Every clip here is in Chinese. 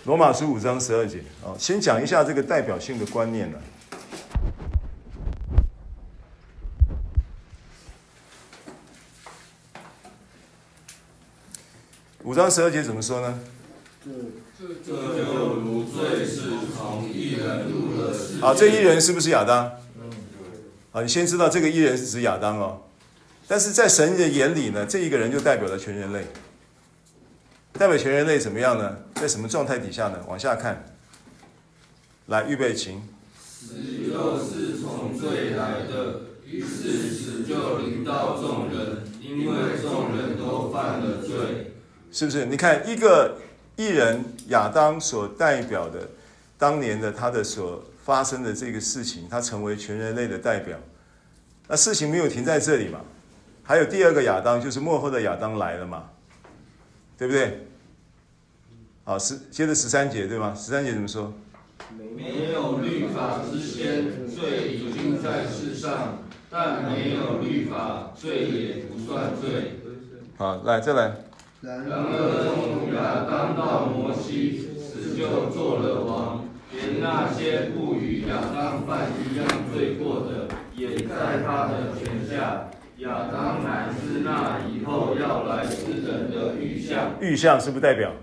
罗马书5章12节先讲一下这个代表性的观念呢。5章12节怎么说呢？ 这就如罪是从一人入了世界。 这一人是不是亚当？你先知道这个一人是指亚当哦。但是在神的眼里呢，这一个人就代表了全人类。代表全人类怎么样呢？在什么状态底下呢？往下看。来，预备，请。 死又是从罪来的，于是死就临到众人，因为众人都犯了罪。 是不是？你看一个艺人亚当所代表的当年的他的所发生的这个事情，他成为全人类的代表。那事情没有停在这里嘛？还有第二个亚当，就是末后的亚当来了嘛？对不对？好，接着13节对吗？13节怎么说？ 没有律法之先，罪已经在世上，但没有律法，罪也不算罪。 好，来再来。 然而从亚当到摩西，死就做了王，连那些不与亚当犯一样罪过的，也在他的权下。亚当乃是那以后要来之人的预像。 预像是不是代表？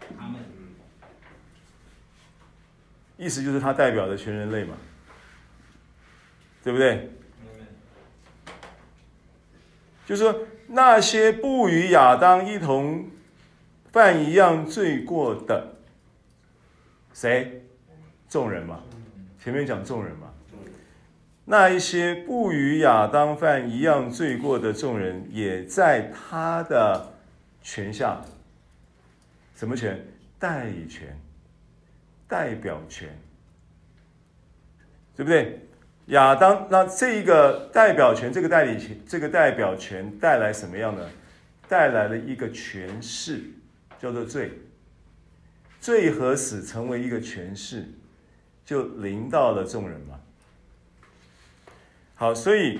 意思就是他代表的全人类嘛，对不对？就是说那些不与亚当一同犯一样罪过的，谁？众人嘛，前面讲众人嘛。那一些不与亚当犯一样罪过的众人，也在他的权下。什么权？代理权、代表权，对不对？亚当，那这个代表权，这个代理权，这个代表权带来什么样呢？带来了一个权势，叫做罪。罪和死成为一个权势，就临到了众人嘛。好，所以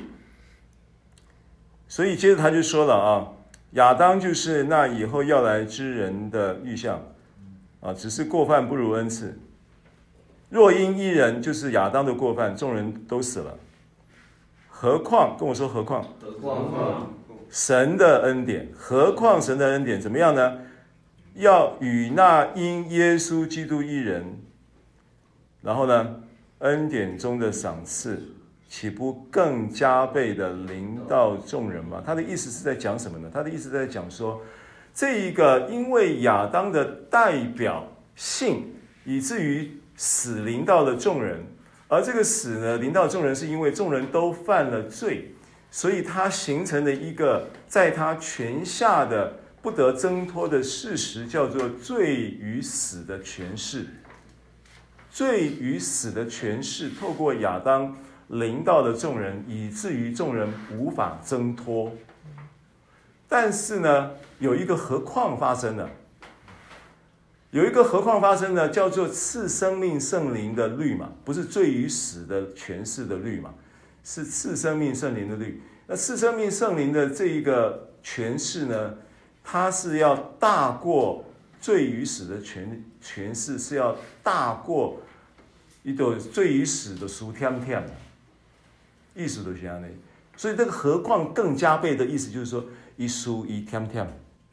接着他就说了亚当就是那以后要来之人的预像只是过犯不如恩赐。若因一人，就是亚当的过犯，众人都死了，何况跟我说何况神的恩典，何况神的恩典怎么样呢？要与那因耶稣基督一人，然后呢，恩典中的赏赐，岂不更加倍的临到众人吗？他的意思是在讲什么呢？他的意思是在讲说，这一个因为亚当的代表性，以至于死临到了众人，而这个死呢，临到众人是因为众人都犯了罪，所以它形成了一个在他权下的不得挣脱的事实，叫做罪与死的权势。罪与死的权势透过亚当临到了众人，以至于众人无法挣脱。但是呢，有一个何况发生了。有一个何况发生呢，叫做赐生命圣灵的律嘛，不是罪与死的权势的律嘛，是赐生命圣灵的律。那赐生命圣灵的这一个权势呢，它是要大过罪与死的权势，是要大过一个罪与死的输添添，意思就是这样的。所以这个何况更加倍的意思就是说，一输一添添。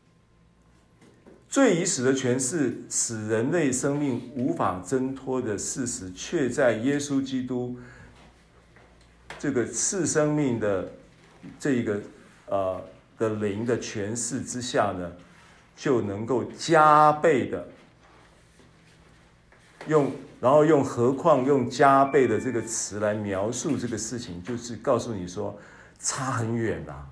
罪与死的权势使人类生命无法挣脱的事实，却在耶稣基督这个赐生命的这个的灵的权势之下呢，就能够加倍的然后用何况用加倍的这个词来描述这个事情，就是告诉你说差很远啦。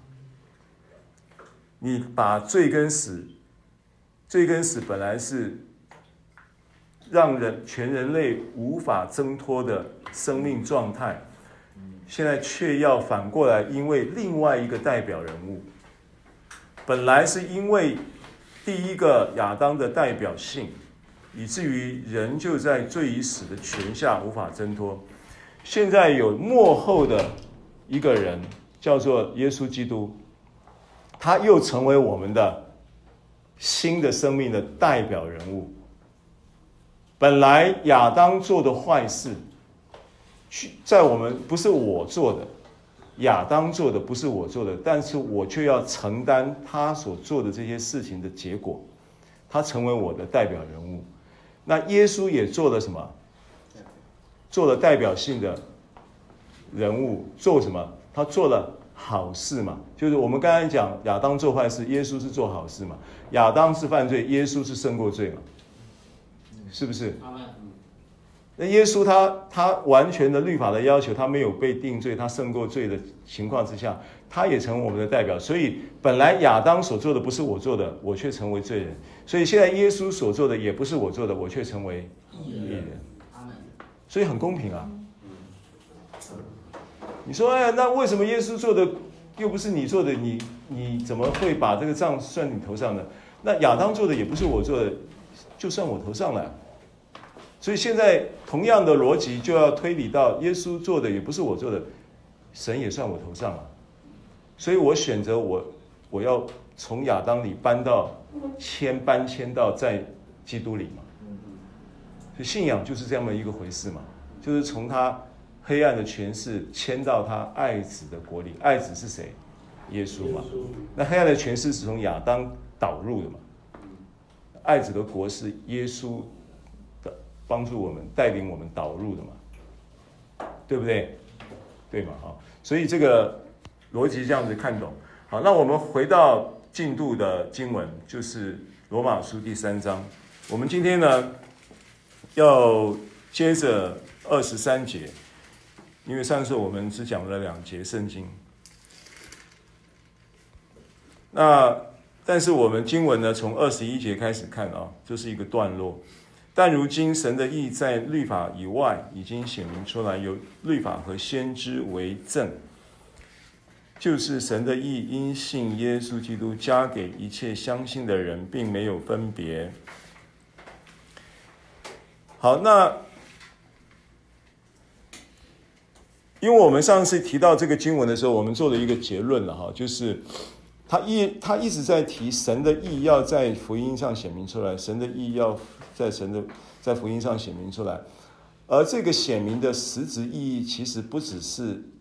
你把罪跟死本来是让全人类无法挣脱的生命状态，现在却要反过来，因为另外一个代表人物，本来是因为第一个亚当的代表性，以至于人就在罪与死的权下无法挣脱。现在有末后的一个人，叫做耶稣基督，他又成为我们的新的生命的代表人物。 本来亚当做的坏事，在我们不是我做的，亚当做的不是我做的，但是我却要承担他所做的这些事情的结果，他成为我的代表人物。那耶稣也做了什么？做了代表性的人物，做什么？他做了好事嘛，就是我们刚才讲亚当做坏事，耶稣是做好事嘛。亚当是犯罪，耶稣是胜过罪嘛，是不是？那耶稣他完全的律法的要求，他没有被定罪，他胜过罪的情况之下，他也成为我们的代表。所以本来亚当所做的不是我做的，我却成为罪人。所以现在耶稣所做的也不是我做的，我却成为义人。所以很公平啊。你说，哎，那为什么耶稣做的又不是你做的？你怎么会把这个账算你头上呢？那亚当做的也不是我做的，就算我头上了。所以现在同样的逻辑就要推理到耶稣做的也不是我做的，神也算我头上了。所以我选择我要从亚当里搬迁到在基督里嘛。所以信仰就是这么一个回事嘛，就是从他黑暗的权势迁到他爱子的国里。爱子是谁？耶稣嘛。那黑暗的权势是从亚当导入的嘛。爱子的国是耶稣的帮助我们、带领我们导入的嘛，对不对？对嘛？所以这个逻辑这样子看懂。好，那我们回到进度的经文，就是罗马书第3章。我们今天呢要接着23节，因为上次我们只讲了2节圣经。但是我们经文呢，从21节开始看啊，这是一个段落。但如今神的义在律法以外已经显明出来，有律法和先知为证，就是神的义因信耶稣基督加给一切相信的人，并没有分别。好，那因为我们上次提到这个经文的时候，我们做了一个结论了哈，就是他一直在提神的义要在福音上显明出来，神的义要在福音上显明出来，而这个显明的实质意义其实不只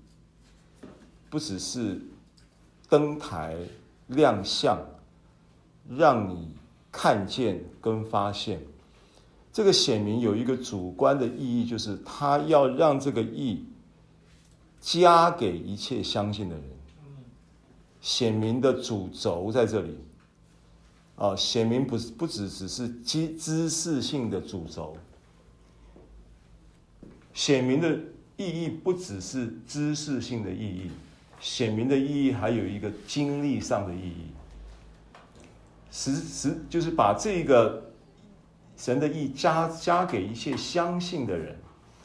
是登台亮相，让你看见跟发现。这个显明有一个主观的意义，就是他要让这个义加给一切相信的人。显明的主轴在这里啊，显明不只是知识性的主轴，显明的意义不只是知识性的意义，显明的意义还有一个经历上的意义，就是把这个神的义加给一切相信的人。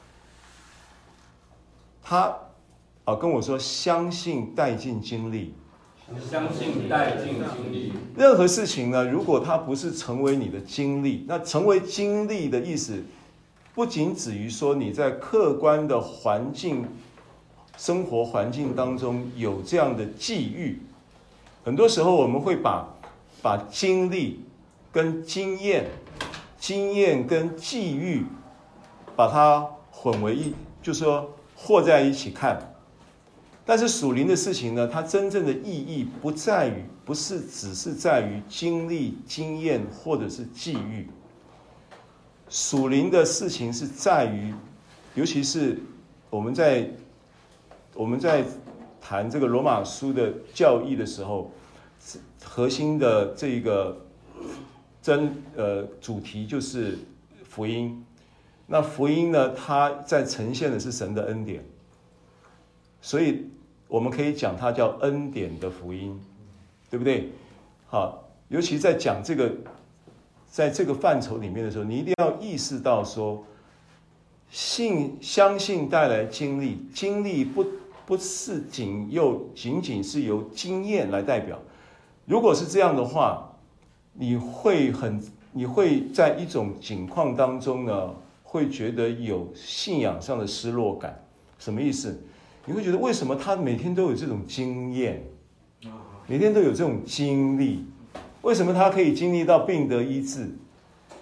他跟我说，相信带进经历。 相信带进经历， 任何事情呢，如果它不是成为你的经历，那成为经历的意思，不仅止于说你在客观的生活环境当中有这样的际遇。很多时候我们会把经历跟经验跟际遇，把它混为就是说和在一起看。但是属灵的事情呢，它真正的意义不是只是在于经历、经验或者是际遇。属灵的事情是在于，尤其是我们在谈这个罗马书的教义的时候，核心的这个主题就是福音。那福音呢，它在呈现的是神的恩典。所以我们可以讲它叫恩典的福音，对不对？好，尤其在讲这个，在这个范畴里面的时候，你一定要意识到说，相信带来经历，经历不是仅仅是由经验来代表。如果是这样的话，你会在一种境况当中呢，会觉得有信仰上的失落感。什么意思？你会觉得为什么他每天都有这种经验，每天都有这种经历？为什么他可以经历到病得医治？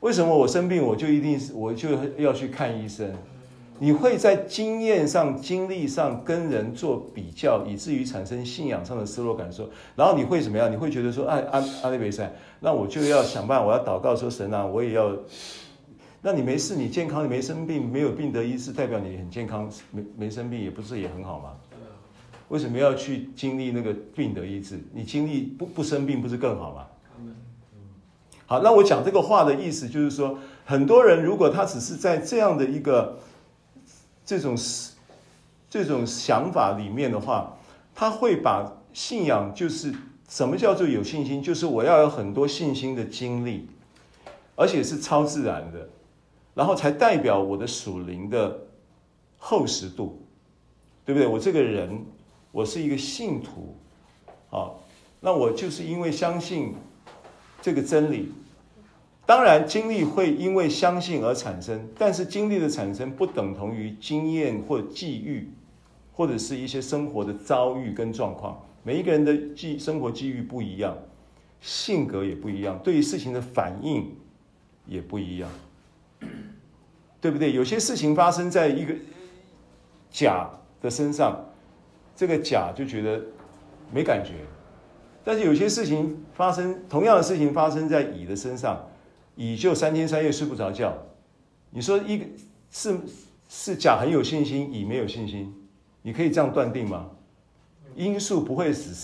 为什么我生病我就要去看医生？你会在经验上、经历上跟人做比较，以至于产生信仰上的失落感受。然后你会怎么样？你会觉得说，阿利维赛，那我就要想办法，我要祷告说，神啊，我也要。那你没事，你健康，你没生病，没有病得医治，代表你很健康，没生病，也不是也很好吗？为什么要去经历那个病得医治？你经历不生病，不是更好吗？好，那我讲这个话的意思就是说，很多人如果他只是在这样的一个这种想法里面的话，他会把信仰就是什么叫做有信心？就是我要有很多信心的经历，而且是超自然的，然后才代表我的属灵的厚实度，对不对？我这个人，我是一个信徒，那我就是因为相信这个真理。当然经历会因为相信而产生，但是经历的产生不等同于经验或际遇，或者是一些生活的遭遇跟状况。每一个人的生活际遇不一样，性格也不一样，对于事情的反应也不一样，对不对？有些事情发生在一个甲的身上，这个甲就觉得没感觉，但是有些事情同样的事情发生在乙的身上，乙就3天3夜睡不着觉。你说一个是甲很有信心，乙没有信心，你可以这样断定吗？因素不会只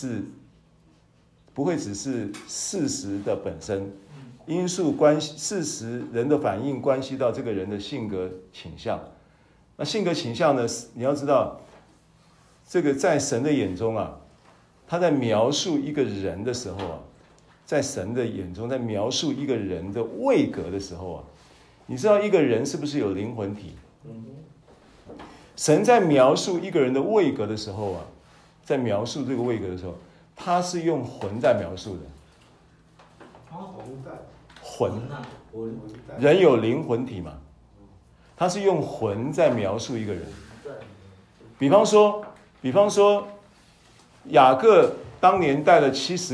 是事实的本身，因素事实人的反应关系到这个人的性格倾向。那性格倾向呢？你要知道，这个在神的眼中啊，他在描述一个人的时候啊，在神的眼中，在描述一个人的位格的时候啊，你知道一个人是不是有灵魂体？神在描述一个人的位格的时候啊，在描述这个位格的时候，他是用魂在描述的。魂，人有灵魂体嘛？他是用魂在描述一个人。比方说，雅各当年带了70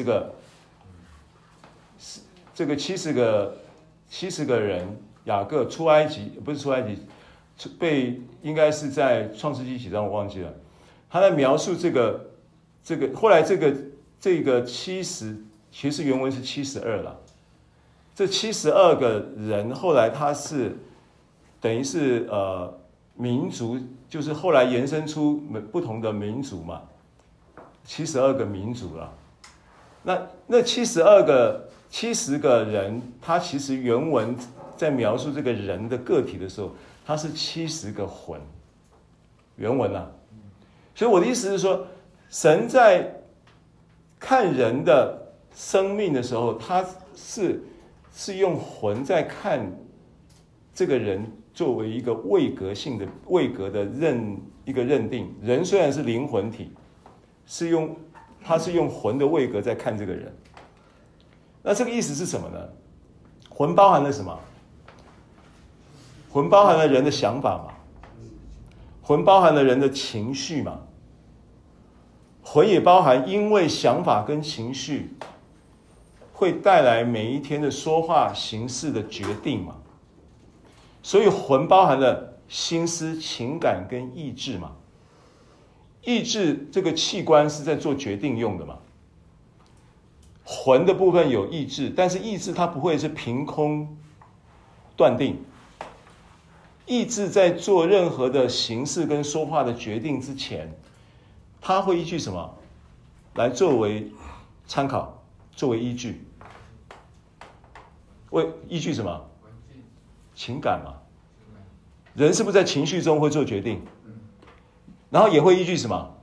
个人，雅各出埃及，不是出埃及，应该是在创世纪几章我忘记了。他在描述这个后来这个70，其实原文是72了。这72个人后来他是等于是民族，就是后来延伸出不同的民族嘛，72个民族了。那70个人，他其实原文在描述这个人的个体的时候，他是70个魂，原文啊。所以我的意思是说，神在看人的生命的时候，他是用魂在看这个人作为一个位格的一个认定。人虽然是灵魂体，他是用魂的位格在看这个人。那这个意思是什么呢？魂包含了什么？魂包含了人的想法嘛，魂包含了人的情绪嘛，魂也包含因为想法跟情绪会带来每一天的说话行事的决定嘛。所以魂包含了心思、情感跟意志嘛。意志这个器官是在做决定用的嘛。魂的部分有意志，但是意志它不会是凭空断定。意志在做任何的形式跟说话的决定之前，它会依据什么来作为参考，作为依据？依据什么？情感嘛。人是不是在情绪中会做决定？然后也会依据什么？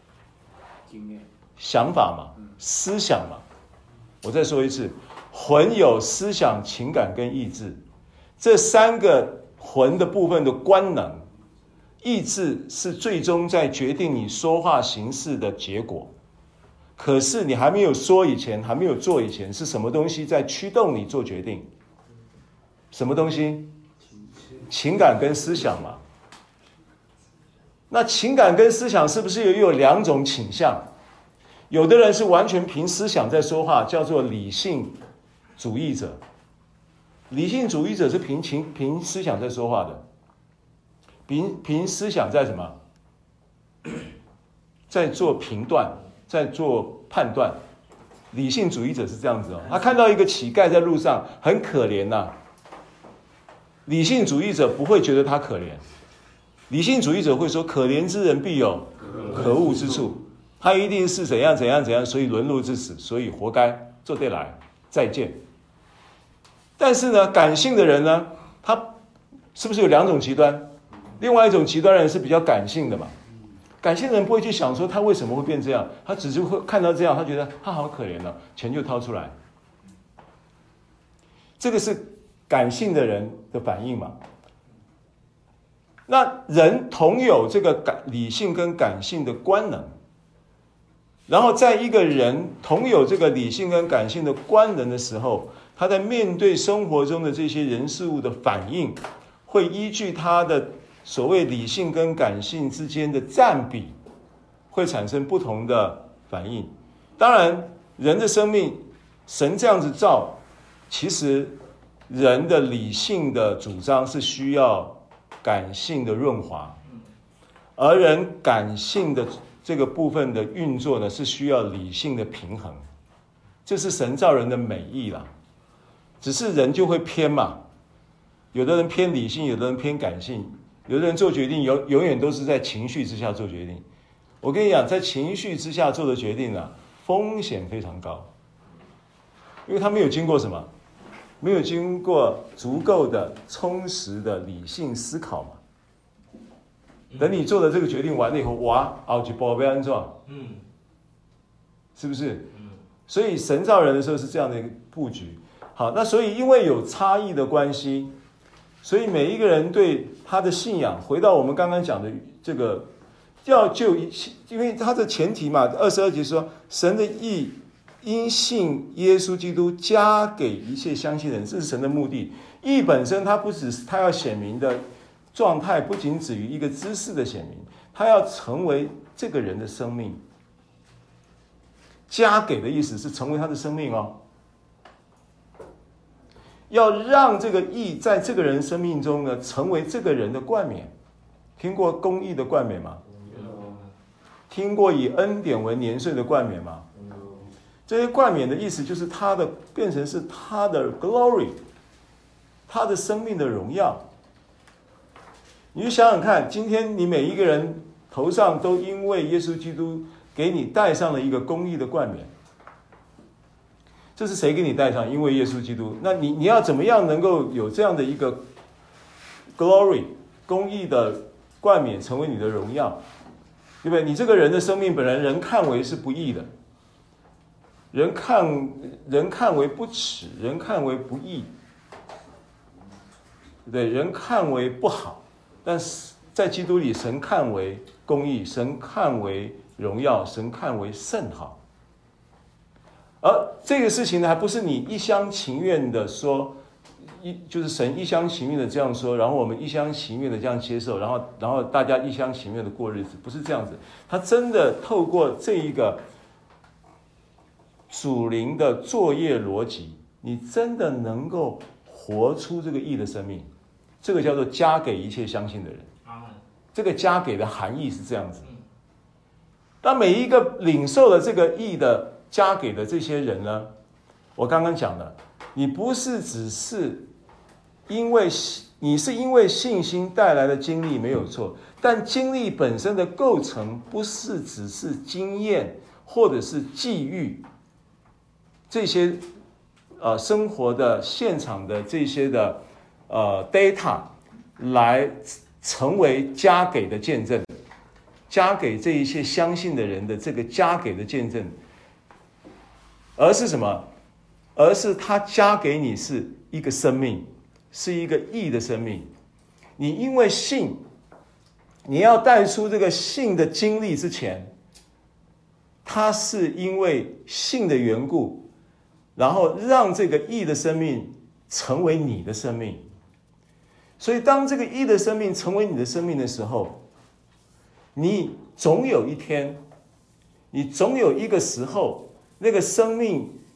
想法嘛，思想嘛。我再说一次，魂有思想、情感跟意志，这3个魂的部分的官能，意志是最终在决定你说话行事的结果。可是你还没有说以前，还没有做以前，是什么东西在驱动你做决定？什么东西？情感跟思想嘛。那情感跟思想是不是又有2种倾向？有的人是完全凭思想在说话，叫做理性主义者。 理性主义者是凭思想在说话的，凭思想在什么？在做评断，在做判断。理性主义者是这样子哦，他看到一个乞丐在路上很可怜呐，理性主义者不会觉得他可怜，理性主义者会说可怜之人必有可恶之处，他一定是怎样，所以沦落至死，所以活该，做对来，再见。但是呢，感性的人呢，他是不是有两种极端？另外一种极端人是比较感性的嘛，感性的人不会去想说他为什么会变这样，他只是会看到这样，他觉得他好可怜哦，钱就掏出来。这个是感性的人的反应嘛。那人同有这个理性跟感性的官能，然后在一个人同有这个理性跟感性的官能的时候，他在面对生活中的这些人事物的反应，会依据他的所谓理性跟感性之间的占比，会产生不同的反应。当然，人的生命，神这样子造，其实人的理性的主张是需要感性的润滑，而人感性的这个部分的运作呢，是需要理性的平衡。这是神造人的美意啦。只是人就会偏嘛，有的人偏理性，有的人偏感性，有的人做决定永远都是在情绪之下做决定。我跟你讲，在情绪之下做的决定啊，风险非常高，因为他没有经过什么，没有经过足够的充实的理性思考嘛。等你做了这个决定完了以后，哇，后一步要安怎？是不是？所以神造人的时候是这样的一个布局。好，那所以因为有差异的关系，所以每一个人对他的信仰，回到我们刚刚讲的这个，因为他的前提嘛，22节说，神的义因信耶稣基督加给一切相信人，这是神的目的。义本身它不只是他要显明的状态，不仅止于一个知识的显明，他要成为这个人的生命。加给的意思是成为他的生命哦。要让这个义在这个人生命中呢，成为这个人的冠冕。听过公义的冠冕吗？听过以恩典为年岁的冠冕吗？这些冠冕的意思就是他的变成是他的 glory， 他的生命的荣耀。你就想想看，今天你每一个人头上都因为耶稣基督给你戴上了一个公义的冠冕。这是谁给你戴上？因为耶稣基督。那你要怎么样能够有这样的一个 glory 公义的冠冕成为你的荣耀，对不对？你这个人的生命本来人看为是不义的，人看为不耻，人看为不义，对不对？人看为不好，但是在基督里，神看为公义，神看为荣耀，神看为甚好。而这个事情呢，还不是你一厢情愿的说，就是神一厢情愿的这样说，然后我们一厢情愿的这样接受，然后大家一厢情愿的过日子，不是这样子。他真的透过这一个属灵的作业逻辑，你真的能够活出这个义的生命，这个叫做加给一切相信的人。这个加给的含义是这样子。当每一个领受了这个义的加给的这些人呢，我刚刚讲的，你不是只是因为你是因为信心带来的经历没有错，但经历本身的构成不是只是经验或者是际遇，这些生活的现场的这些的data 来成为加给的见证，加给这一些相信的人的这个加给的见证，而是什么？而是他加给你是一个生命，是一个义的生命。你因为信，你要带出这个信的经历之前，他是因为信的缘故，然后让这个义的生命成为你的生命。所以当这个义的生命成为你的生命的时候，你总有一天，你总有一个时候，那个生命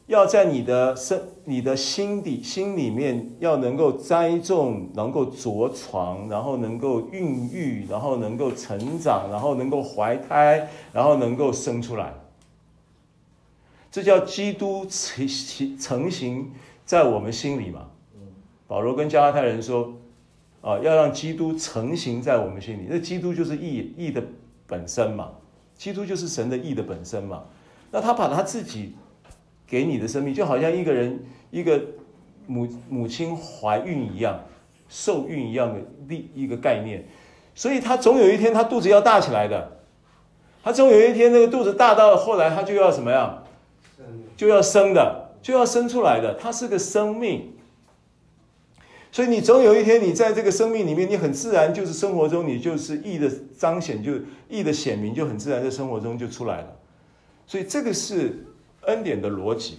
要在你的心里面要能够栽种，能够着床，然后能够孕育，然后能够成长，然后能够怀胎，然后能够生出来。这叫基督成型在我们心里嘛。保罗跟加拉太人说，要让基督成型在我们心里。那基督就是义的本身嘛，基督就是神的义的本身嘛。那他把他自己给你的生命，就好像一个母亲怀孕一样，受孕一样的一个概念。所以他总有一天他肚子要大起来的，他总有一天那个肚子大到后来他就要什么样？就要生的，就要生出来的。他是个生命。所以你总有一天，你在这个生命里面，你很自然就是生活中，你就是义的彰显，就义的显明，就很自然在生活中就出来了。所以这个是恩典的逻辑。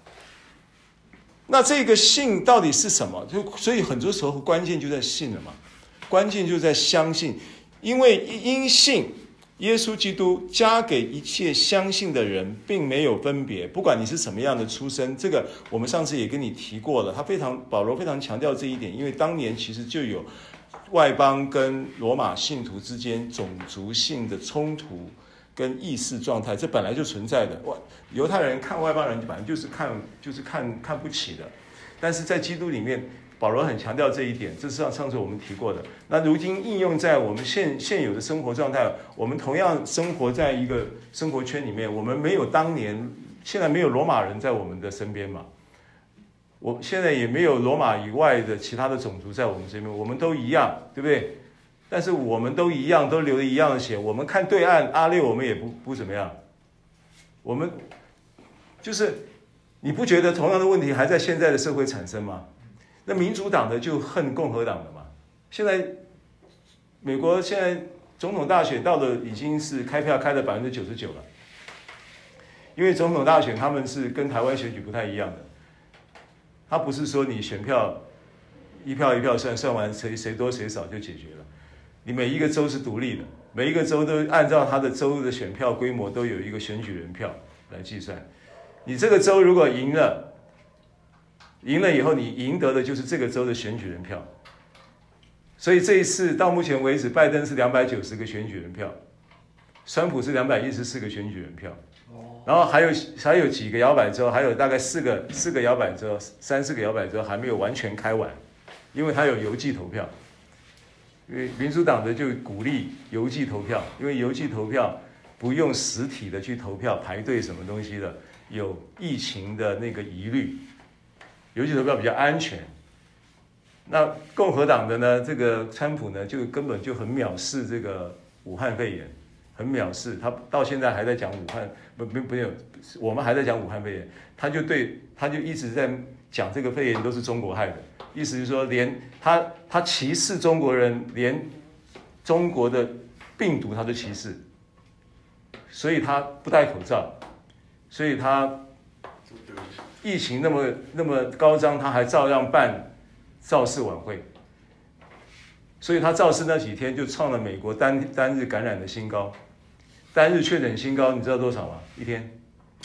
那这个信到底是什么？所以很多时候关键就在信了嘛，关键就在相信，因为因信耶稣基督加给一切相信的人，并没有分别，不管你是什么样的出身。这个我们上次也跟你提过了，保罗非常强调这一点，因为当年其实就有外邦跟罗马信徒之间种族性的冲突跟意识状态，这本来就存在的。犹太人看外邦人本来就是看不起的，但是在基督里面，保罗很强调这一点，这是上次我们提过的。那如今应用在我们现有的生活状态，我们同样生活在一个生活圈里面，我们没有现在没有罗马人在我们的身边嘛，我现在也没有罗马以外的其他的种族在我们身边，我们都一样，对不对？但是我们都一样，都流了一样的血。我们看对岸阿列，我们也不怎么样。我们就是你不觉得同样的问题还在现在的社会产生吗？那民主党的就恨共和党的嘛。现在美国现在总统大选到了，已经是开票开了99%了。因为总统大选他们是跟台湾选举不太一样的，他不是说你选票一票一票算完谁多谁少就解决了。你每一个州是独立的，每一个州都按照他的州的选票规模都有一个选举人票来计算。你这个州如果赢了以后，你赢得的就是这个州的选举人票。所以这一次到目前为止，拜登是290个选举人票，川普是214个选举人票，然后还有几个摇摆州，还有大概四个摇摆州，3-4个摇摆州还没有完全开完，因为它有邮寄投票。因为民主党的就鼓励邮寄投票，因为邮寄投票不用实体的去投票排队什么东西的，有疫情的那个疑虑，邮寄投票比较安全。那共和党的呢，这个川普呢，就根本就很藐视这个武汉肺炎，很藐视，他到现在还在讲武汉，没有，我们还在讲武汉肺炎，他就一直在讲这个肺炎都是中国害的，意思是说连他歧视中国人，连中国的病毒他都歧视，所以他不戴口罩，所以他疫情那么高涨，他还照样办造势晚会，所以他造势那几天就创了美国单日感染的新高，单日确诊新高，你知道多少吗？一天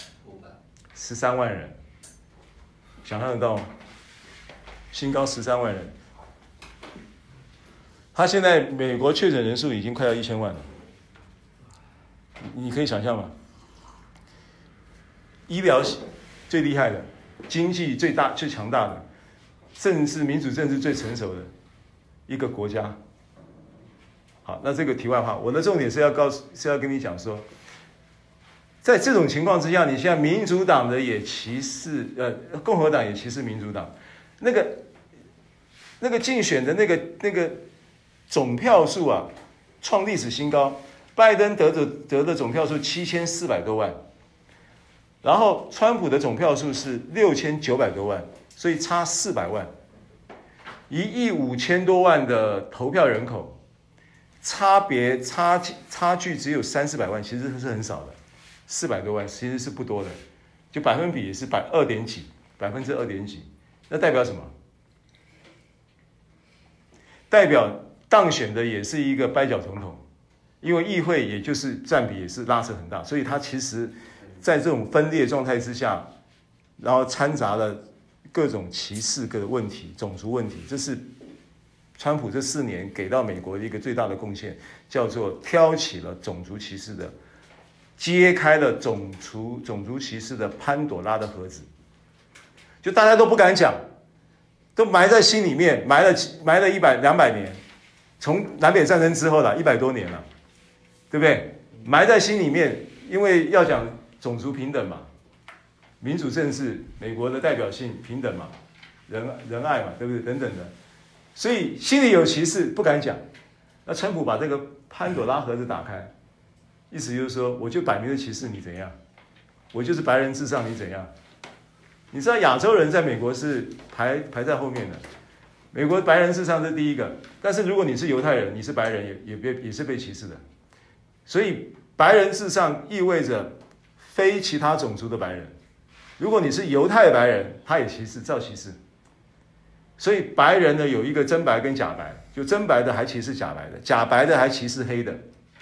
13万人，想象得到吗？新高13万人，他现在美国确诊人数已经快要1000万了，你可以想象吗？医疗最厉害的，经济最强大的，民主政治最成熟的一个国家。好，那这个题外话，我的重点是要跟你讲说，在这种情况之下，你现在民主党的也歧视，共和党也歧视民主党，那个竞选的那个总票数啊，创历史新高，拜登得的总票数7400多万，然后川普的总票数是6900多万，所以差400万，1亿5千多万的投票人口，差距只有300-400万，其实是很少的，400多万其实是不多的，就百分比也是2点几，2%几，那代表什么？代表当选的也是一个掰角总统，因为议会也就是占比也是拉扯很大，所以他其实在这种分裂状态之下， 然后掺杂了各种歧视的问题、种族问题，这是川普这4年给到美国的一个最大的贡献，叫做挑起了种族歧视的，揭开了种族歧视的潘朵拉的盒子，就大家都不敢讲，都埋在心里面，埋了100、200年，从南北战争之后了，100多年了，对不对？埋在心里面，因为要讲种族平等嘛，民主政治，美国的代表性平等嘛，仁爱嘛，对不对？等等的，所以心里有歧视不敢讲。那川普把这个潘朵拉盒子打开，意思就是说，我就摆明的歧视你怎样，我就是白人至上，你怎样？你知道亚洲人在美国是排在后面的，美国白人至上是第一个，但是如果你是犹太人，你是白人也是被歧视的，所以白人至上意味着非其他种族的白人，如果你是犹太白人，他也照歧视，所以白人呢有一个真白跟假白，就真白的还歧视假白的，假白的还歧视黑的，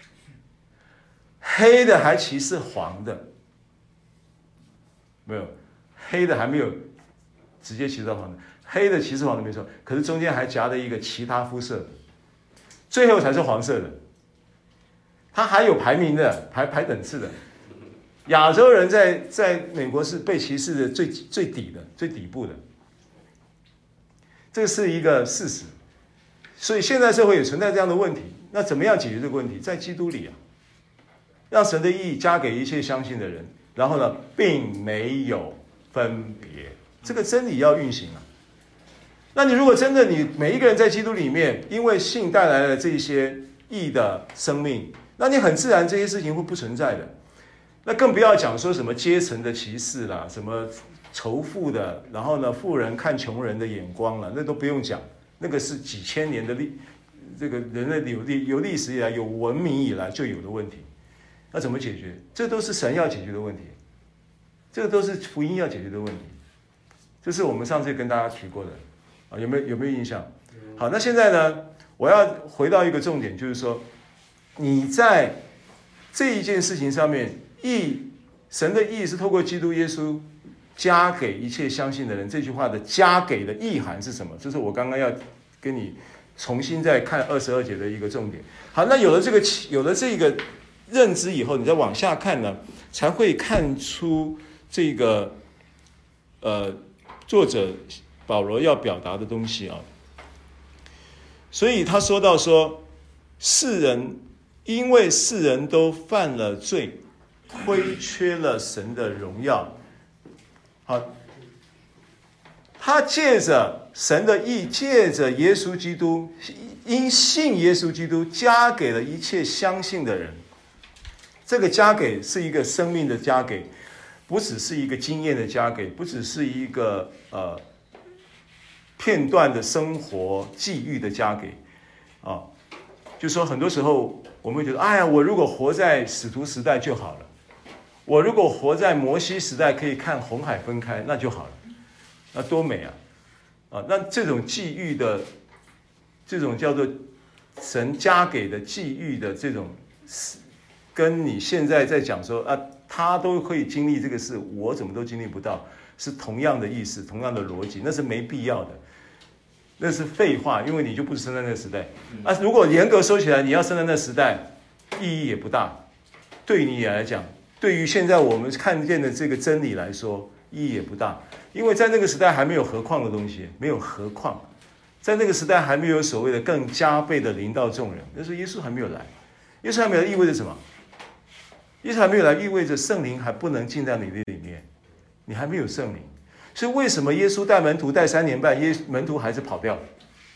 黑的还歧视黄的，没有。黑的还没有直接歧视到黄的，黑的歧视黄的没错，可是中间还夹了一个其他肤色的，最后才是黄色的。它还有排名的，排等次的。亚洲人在美国是被歧视的最底部的，这是一个事实。所以现在社会也存在这样的问题，那怎么样解决这个问题？在基督里啊，让神的义加给一切相信的人，然后呢，并没有分别，这个真理要运行啊。那你如果真的你每一个人在基督里面，因为信带来了这些义的生命，那你很自然这些事情会不存在的。那更不要讲说什么阶层的歧视啦，什么仇富的，然后呢富人看穷人的眼光了，那都不用讲，那个是几千年的这个人类有历史以来有文明以来就有的问题。那怎么解决？这都是神要解决的问题。这个都是福音要解决的问题，这是我们上次跟大家提过的啊，有没有印象？好，那现在呢，我要回到一个重点，就是说，你在这一件事情上面，神的义是透过基督耶稣加给一切相信的人，这句话的加给的意涵是什么？这是我刚刚要跟你重新再看22节的一个重点。好，那有了这个认知以后，你再往下看呢，才会看出这个作者保罗要表达的东西啊。所以他说到说，因为世人都犯了罪，亏缺了神的荣耀。好，他借着神的义，借着耶稣基督，因信耶稣基督，加给了一切相信的人。这个加给是一个生命的加给，不只是一个经验的加给，不只是一个片段的生活际遇的加给啊。就说很多时候我们会觉得，哎呀，我如果活在使徒时代就好了，我如果活在摩西时代可以看红海分开，那就好了，那多美啊！那这种际遇的，这种叫做神加给的际遇的这种，跟你现在在讲说啊，他都可以经历这个事，我怎么都经历不到，是同样的意思，同样的逻辑，那是没必要的，那是废话，因为你就不是生在那个时代。如果严格说起来，你要生在那个时代，意义也不大。对于你来讲，对于现在我们看见的这个真理来说，意义也不大，因为在那个时代还没有何况的东西，没有何况，在那个时代还没有所谓的更加倍的临到众人，那时候耶稣还没有来。耶稣还没有来意味着什么？耶稣还没有来意味着圣灵还不能进在你的里面，你还没有圣灵。所以为什么耶稣带门徒带3年半，门徒还是跑掉？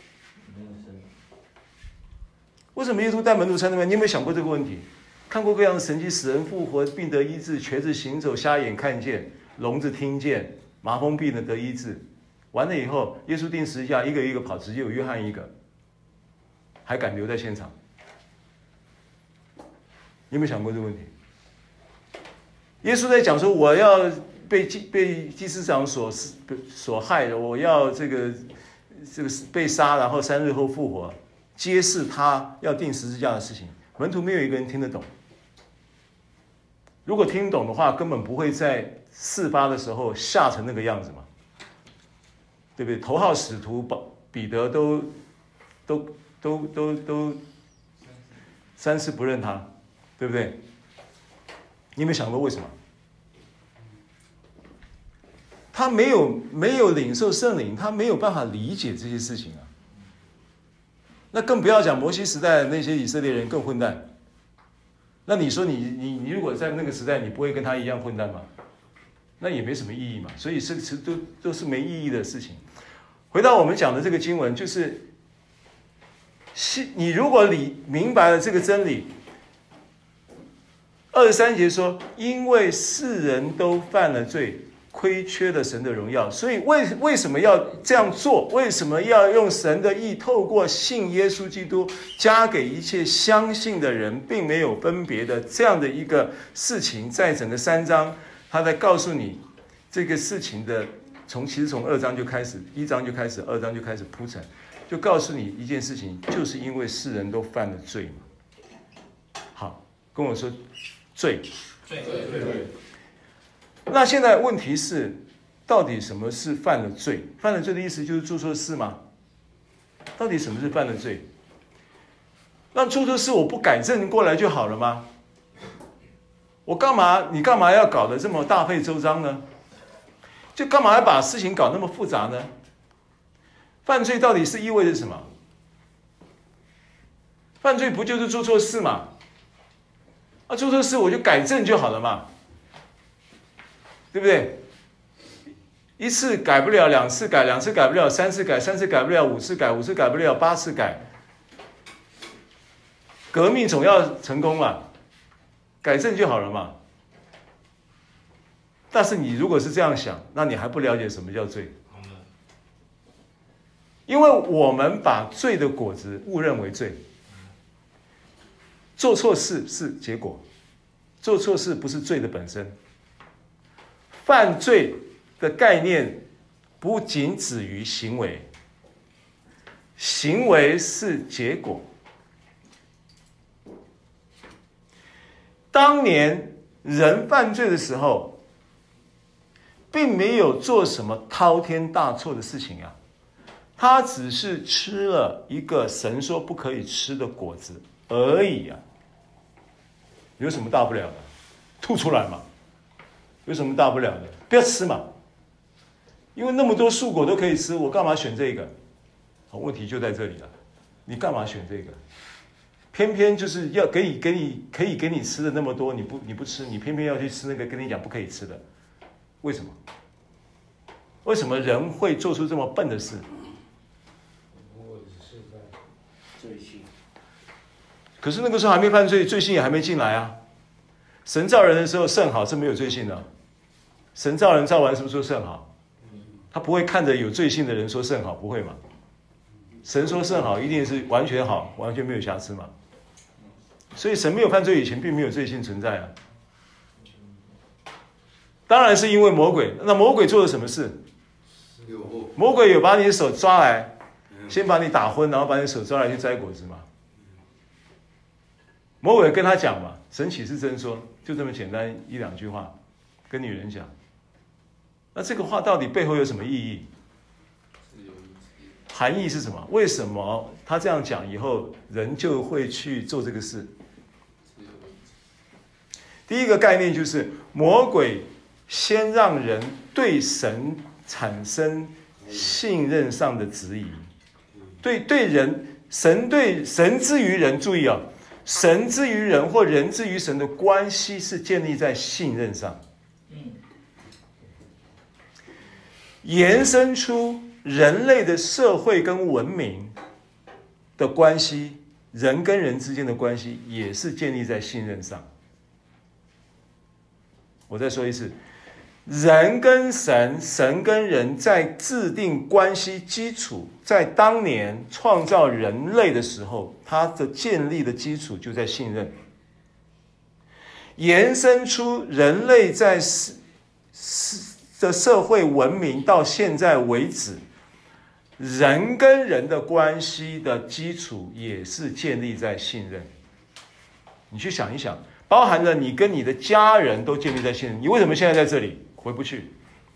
为什么耶稣带门徒3年半？你有没有想过这个问题？看过各样的神迹，死人复活，病得医治，瘸子行走，瞎眼看见，聋子听见，麻风病的得医治。完了以后，耶稣钉十字架，一个一个跑，只有约翰一个，还敢留在现场。你有没有想过这个问题？耶稣在讲说，我要被祭司长所害的，我要这个被杀，然后3日后复活，揭示他要钉十字架的事情。门徒没有一个人听得懂。如果听懂的话，根本不会在事发的时候吓成那个样子嘛，对不对？头号使徒彼得都3次不认他，对不对？你有没有想过为什么？他没有领受圣灵，他没有办法理解这些事情啊。那更不要讲摩西时代的那些以色列人更混蛋。那你说你如果在那个时代，你不会跟他一样混蛋吗？那也没什么意义嘛。所以都是没意义的事情。回到我们讲的这个经文，就是你如果明白了这个真理，23节说，因为世人都犯了罪，亏缺了神的荣耀，所以为什么要这样做？为什么要用神的义透过信耶稣基督加给一切相信的人，并没有分别的这样的一个事情，在整个3章，他在告诉你这个事情的其实从2章就开始，1章就开始，2章就开始铺陈，就告诉你一件事情，就是因为世人都犯了罪嘛。好，跟我说罪。那现在问题是，到底什么是犯了罪？犯了罪的意思就是做错事吗？到底什么是犯了罪？那做错事我不改正过来就好了吗？你干嘛要搞得这么大费周章呢？就干嘛要把事情搞那么复杂呢？犯罪到底是意味着什么？犯罪不就是做错事嘛？做错事我就改正就好了嘛。对不对？1次改不了，2次改，2次改不了，3次改，3次改不了，5次改，5次改不了，8次改。革命总要成功嘛，改正就好了嘛。但是你如果是这样想，那你还不了解什么叫罪。因为我们把罪的果子误认为罪。做错事是结果，做错事不是罪的本身。犯罪的概念不仅止于行为，行为是结果。当年人犯罪的时候，并没有做什么滔天大错的事情啊，他只是吃了一个神说不可以吃的果子而已啊，有什么大不了的？吐出来嘛。有什么大不了的？不要吃嘛，因为那么多蔬果都可以吃，我干嘛选这个？问题就在这里了，你干嘛选这个？偏偏就是要可以给你吃的那么多，你不吃，你偏偏要去吃那个跟你讲不可以吃的，为什么？为什么人会做出这么笨的事？可是那个时候还没犯罪，罪性也还没进来啊。神造人的时候甚好，是没有罪性的。神造人造完是不是说甚好？他不会看着有罪性的人说甚好，不会嘛？神说甚好，一定是完全好，完全没有瑕疵嘛。所以神没有犯罪以前，并没有罪性存在啊。当然是因为魔鬼。那魔鬼做了什么事？魔鬼有把你的手抓来，先把你打昏，然后把你手抓来去摘果子嘛。魔鬼跟他讲嘛，神启示真说，就这么简单1-2句话，跟女人讲。那这个话到底背后有什么意义？含义是什么？为什么他这样讲以后，人就会去做这个事？第一个概念就是魔鬼先让人对神产生信任上的质疑，对人，神之于人，注意啊，神之于人或人之于神的关系是建立在信任上，延伸出人类的社会跟文明的关系，人跟人之间的关系也是建立在信任上。我再说一次，人跟神，神跟人在制定关系基础，在当年创造人类的时候，它的建立的基础就在信任，延伸出人类在的社会文明到现在为止，人跟人的关系的基础也是建立在信任。你去想一想，包含了你跟你的家人都建立在信任。你为什么现在在这里？ 回不去。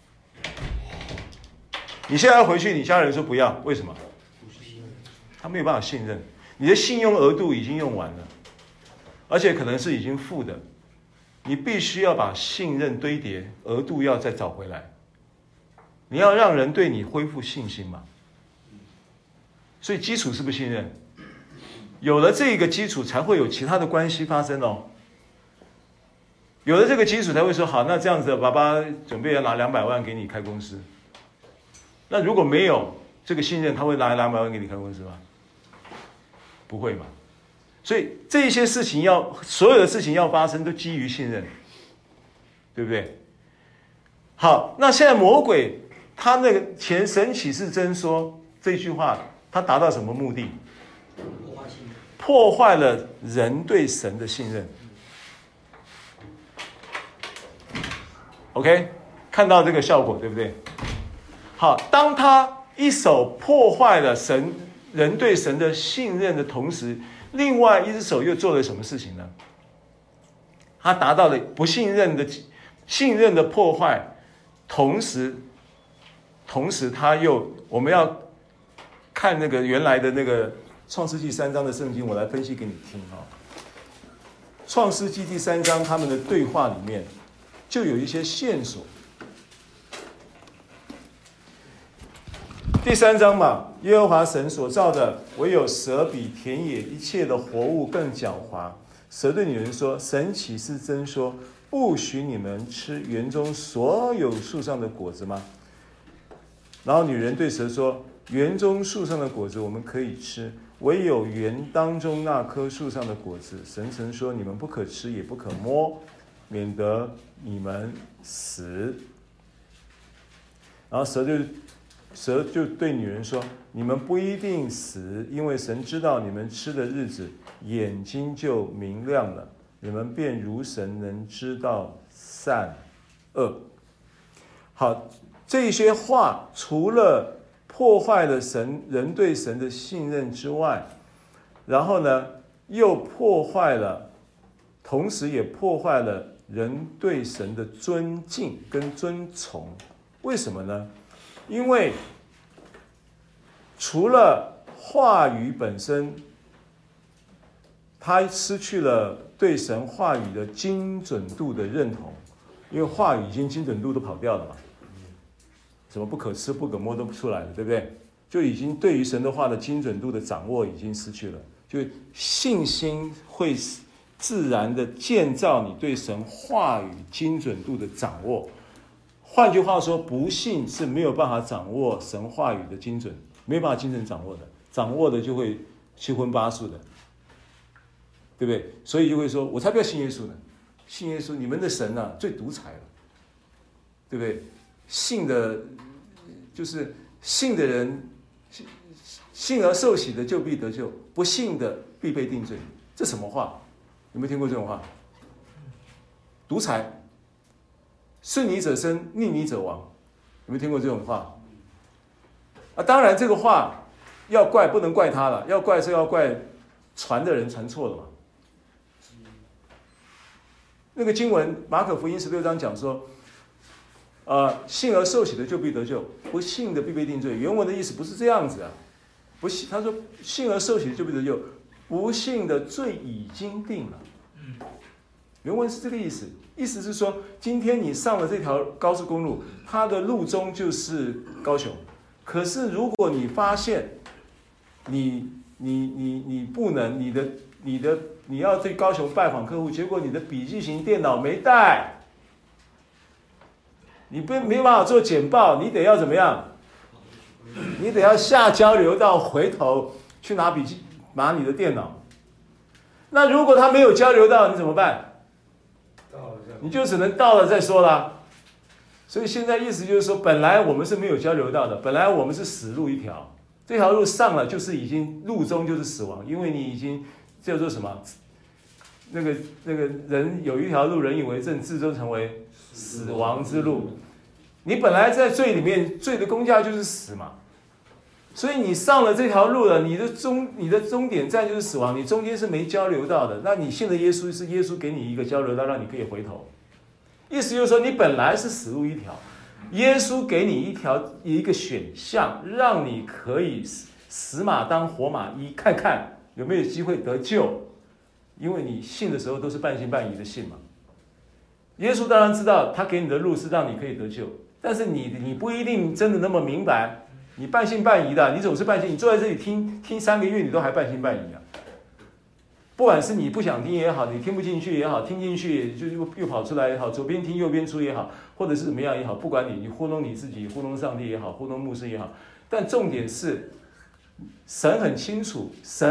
你现在要回去，你家人说不要，为什么？他没有办法信任，你的信用额度已经用完了，而且可能是已经负的，你必须要把信任堆叠，额度要再找回来。你要让人对你恢复信心嘛。所以基础是不是信任？有了这个基础，才会有其他的关系发生哦。有了这个基础，才会说好，那这样子，爸爸准备要拿200万给你开公司。那如果没有这个信任，他会拿200万给你开公司吗？不会嘛。所以这些事情所有的事情要发生，都基于信任，对不对？好，那现在魔鬼他那个前神启示真说这句话，他达到什么目的？破坏了人对神的信任。OK， 看到这个效果对不对？好，当他一手破坏了人对神的信任的同时，另外一只手又做了什么事情呢？他达到了不信任的信任的破坏，同时我们要看那个原来的那个创世纪3章的圣经，我来分析给你听哈。创世纪第3章他们的对话里面就有一些线索。第3章嘛，耶和华神所造的，唯有蛇比田野一切的活物更狡猾。蛇对女人说：“神岂是真说，不许你们吃园中所有树上的果子吗？”然后女人对蛇说：“园中树上的果子我们可以吃，唯有园当中那棵树上的果子，神曾说你们不可吃，也不可摸，免得你们死。”然后蛇就对女人说：“你们不一定死，因为神知道你们吃的日子，眼睛就明亮了，你们便如神能知道善恶。”好，这些话除了破坏了人对神的信任之外，然后呢，又破坏了，同时也破坏了人对神的尊敬跟尊崇。为什么呢？因为除了话语本身，他失去了对神话语的精准度的认同，因为话语已经精准度都跑掉了嘛，什么不可吃不可摸都出来了，对不对？就已经对于神的话的精准度的掌握已经失去了，就信心会自然的建造你对神话语精准度的掌握。换句话说，不信是没有办法掌握神话语的精准，没有办法精准掌握的，掌握的就会七荤八素的，对不对？所以就会说，我才不要信耶稣呢！信耶稣，你们的神啊最独裁了，对不对？信的，就是信的人，信而受洗的就必得救，不信的必被定罪。这什么话？有没有听过这种话？独裁。顺你者生，逆你者亡，有没有听过这种话？当然这个话要怪不能怪他了，要怪是要怪传的人传错了嘛。那个经文马可福音16章讲说，信而受洗的就必得救，不信的必被定罪。原文的意思不是这样子啊，不信，他说信而受洗的就必得救，不信的罪已经定了。原文是这个意思。意思是说，今天你上了这条高速公路，它的路中就是高雄。可是如果你发现你不能，你要对高雄拜访客户，结果你的笔记型电脑没带，你没办法做简报，你得要怎么样？你得要下交流道回头去拿你的电脑。那如果他没有交流道，你怎么办？你就只能到了再说啦。所以现在意思就是说，本来我们是没有交流道的，本来我们是死路一条，这条路上了就是已经路中就是死亡，因为你已经叫做什么？那个人有一条路，人以为正，至终成为死亡之路。你本来在罪里面，罪的工价就是死嘛。所以你上了这条路了，你的终点站就是死亡，你中间是没交流道的。那你信的耶稣是耶稣给你一个交流道，让你可以回头。 意思就是说，你本来是死路一条，耶稣给你一个选项，让你可以死马当活马医，看看有没有机会得救。因为你信的时候都是半信半疑的信嘛。耶稣当然知道他给你的路是让你可以得救，但是你不一定真的那么明白，你半信半疑的，你总是半信，你坐在这里听3个月，你都还半信半疑啊。不管是你不想听也好，你听不进去也好，听进去就又跑出来也好，左边听右边出也好，或者是怎么样也好，不管你糊弄你自己，糊弄上帝也好，糊弄牧师也好，但重点是神很清楚，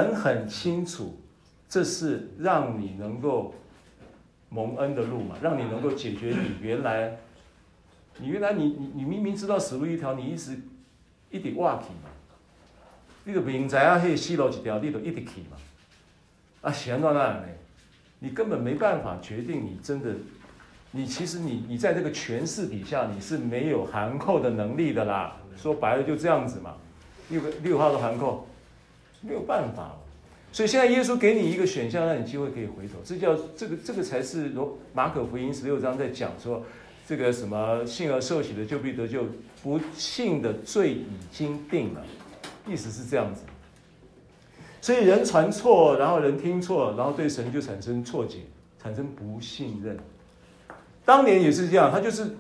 这是让你能够蒙恩的路嘛，让你能够解决你原来你明明知道死路一条，你一直挖去嘛，你就明知啊，迄死路一条，你就一直去嘛。啊，闲到那呢，你根本没办法决定你真的，其实你在这个权势底下，你是没有函扣的能力的啦。说白了就这样子嘛，6号的函扣没有办法。所以现在耶稣给你一个选项，让你机会可以回头，这个才是马可福音16章在讲说，这个什么信而受洗的就必得救，不信的罪已经定了，意思是这样子。所以人传错，然后人听错，然后对神就产生错解，产生不信任。当年也是这样，他就是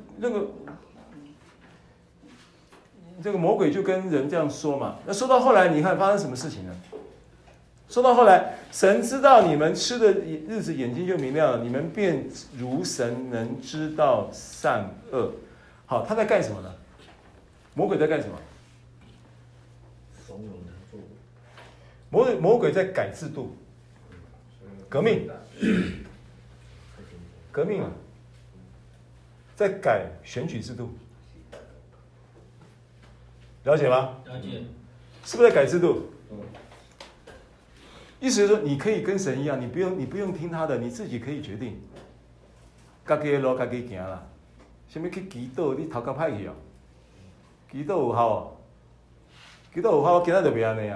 这个魔鬼就跟人这样说嘛。那说到后来，你看发生什么事情呢？说到后来，神知道你们吃的日子眼睛就明亮了，你们便如神能知道善恶。好，他在干什么呢？魔鬼在干什么？魔鬼在改制度，革命啊，在改选举制度，了解吗？ 了解。 是不是在改制度？意思是说，你可以跟神一样，你不用听他的，你自己可以决定。自己的路自己行啦。什么去祈祷，你头壳歹去哦？祈祷有效哦？祈祷有效，我今仔就袂安尼啊。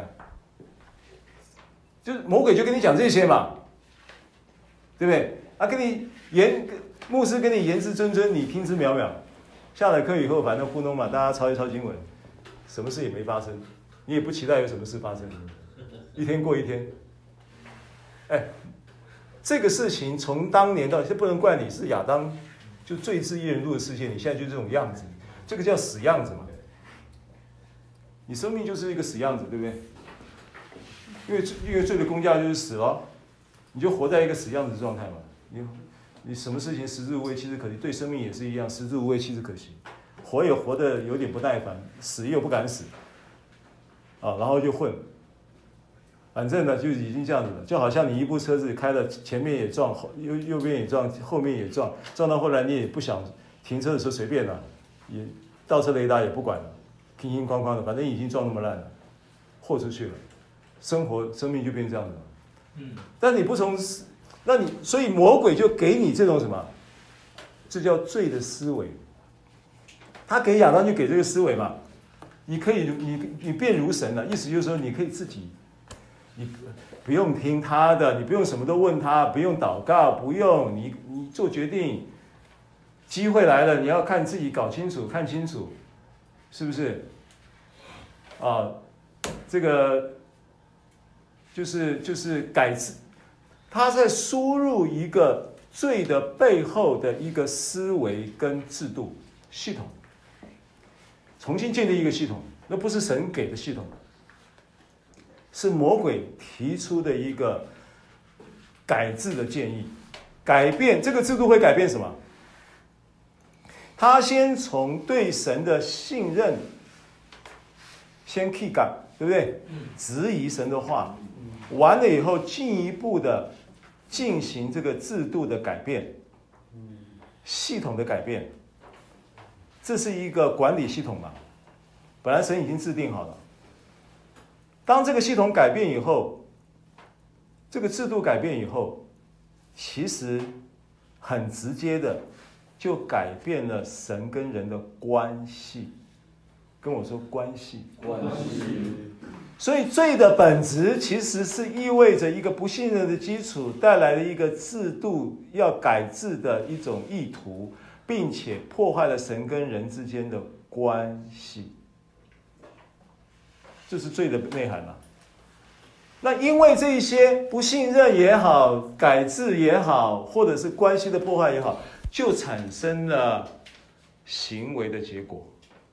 就是魔鬼就跟你讲这些嘛，对不对？啊，牧师跟你言之谆谆，你听之渺渺。下了课以后，反正糊弄嘛，大家抄一抄经文，什么事也没发生，你也不期待有什么事发生，一天过一天。哎，这个事情从当年到现在，不能怪你，是亚当就罪至一人入的世界，你现在就这种样子，这个叫死样子嘛。你生命就是一个死样子，对不对？因为罪的工价就是死了，你就活在一个死样子的状态嘛。你什么事情食之无味，弃之可惜，对生命也是一样，食之无味，弃之可惜。活也活得有点不耐烦，死又不敢死，啊，然后就混。反正呢，就已经这样子了，就好像你一部车子开了，前面也撞，右边也撞，后面也撞，撞到后来你也不想停车的时候随便了，也倒车雷达也不管了，乒乒乓乓的，反正已经撞那么烂了，豁出去了。生命就变这样子了。但你不从，所以魔鬼就给你这种什么？这叫罪的思维。他给亚当就给这个思维嘛，你可以你变如神了，意思就是说你可以自己，你不用听他的，你不用什么都问他，不用祷告，不用你做决定。机会来了，你要看自己搞清楚，看清楚，是不是？啊，这个。就是改制，他在输入一个罪的背后的一个思维跟制度系统，重新建立一个系统，那不是神给的系统，是魔鬼提出的一个改制的建议。改变这个制度会改变什么？他先从对神的信任先弃改，对不对？质疑神的话。完了以后，进一步的进行这个制度的改变，系统的改变，这是一个管理系统嘛？本来神已经制定好了。当这个系统改变以后，这个制度改变以后，其实很直接的就改变了神跟人的关系。跟我说关系。所以罪的本质其实是意味着一个不信任的基础带来的一个制度要改制的一种意图， 并且破坏了神跟人之间的关系，这是罪的内涵嘛。那因为这一些不信任也好，改制也好，或者是关系的破坏也好，就产生了行为的结果。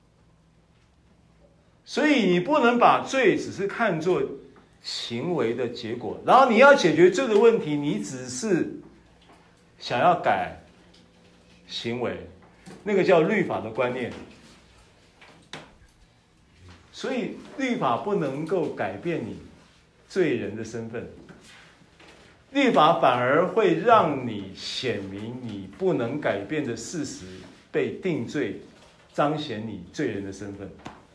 所以你不能把罪只是看作行为的结果，然后你要解决罪的问题，你只是想要改行为，那个叫律法的观念。所以律法不能够改变你罪人的身份，律法反而会让你显明你不能改变的事实，被定罪，彰显你罪人的身份。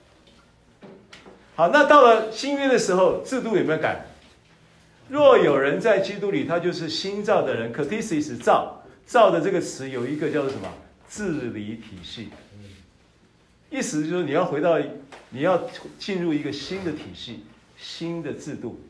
好，那到了新约的时候，制度有没有改？若有人在基督里，他就是新造的人。Kathesis 造的这个词有一个叫做什么？治理体系。意思就是你要进入一个新的体系，新的制度。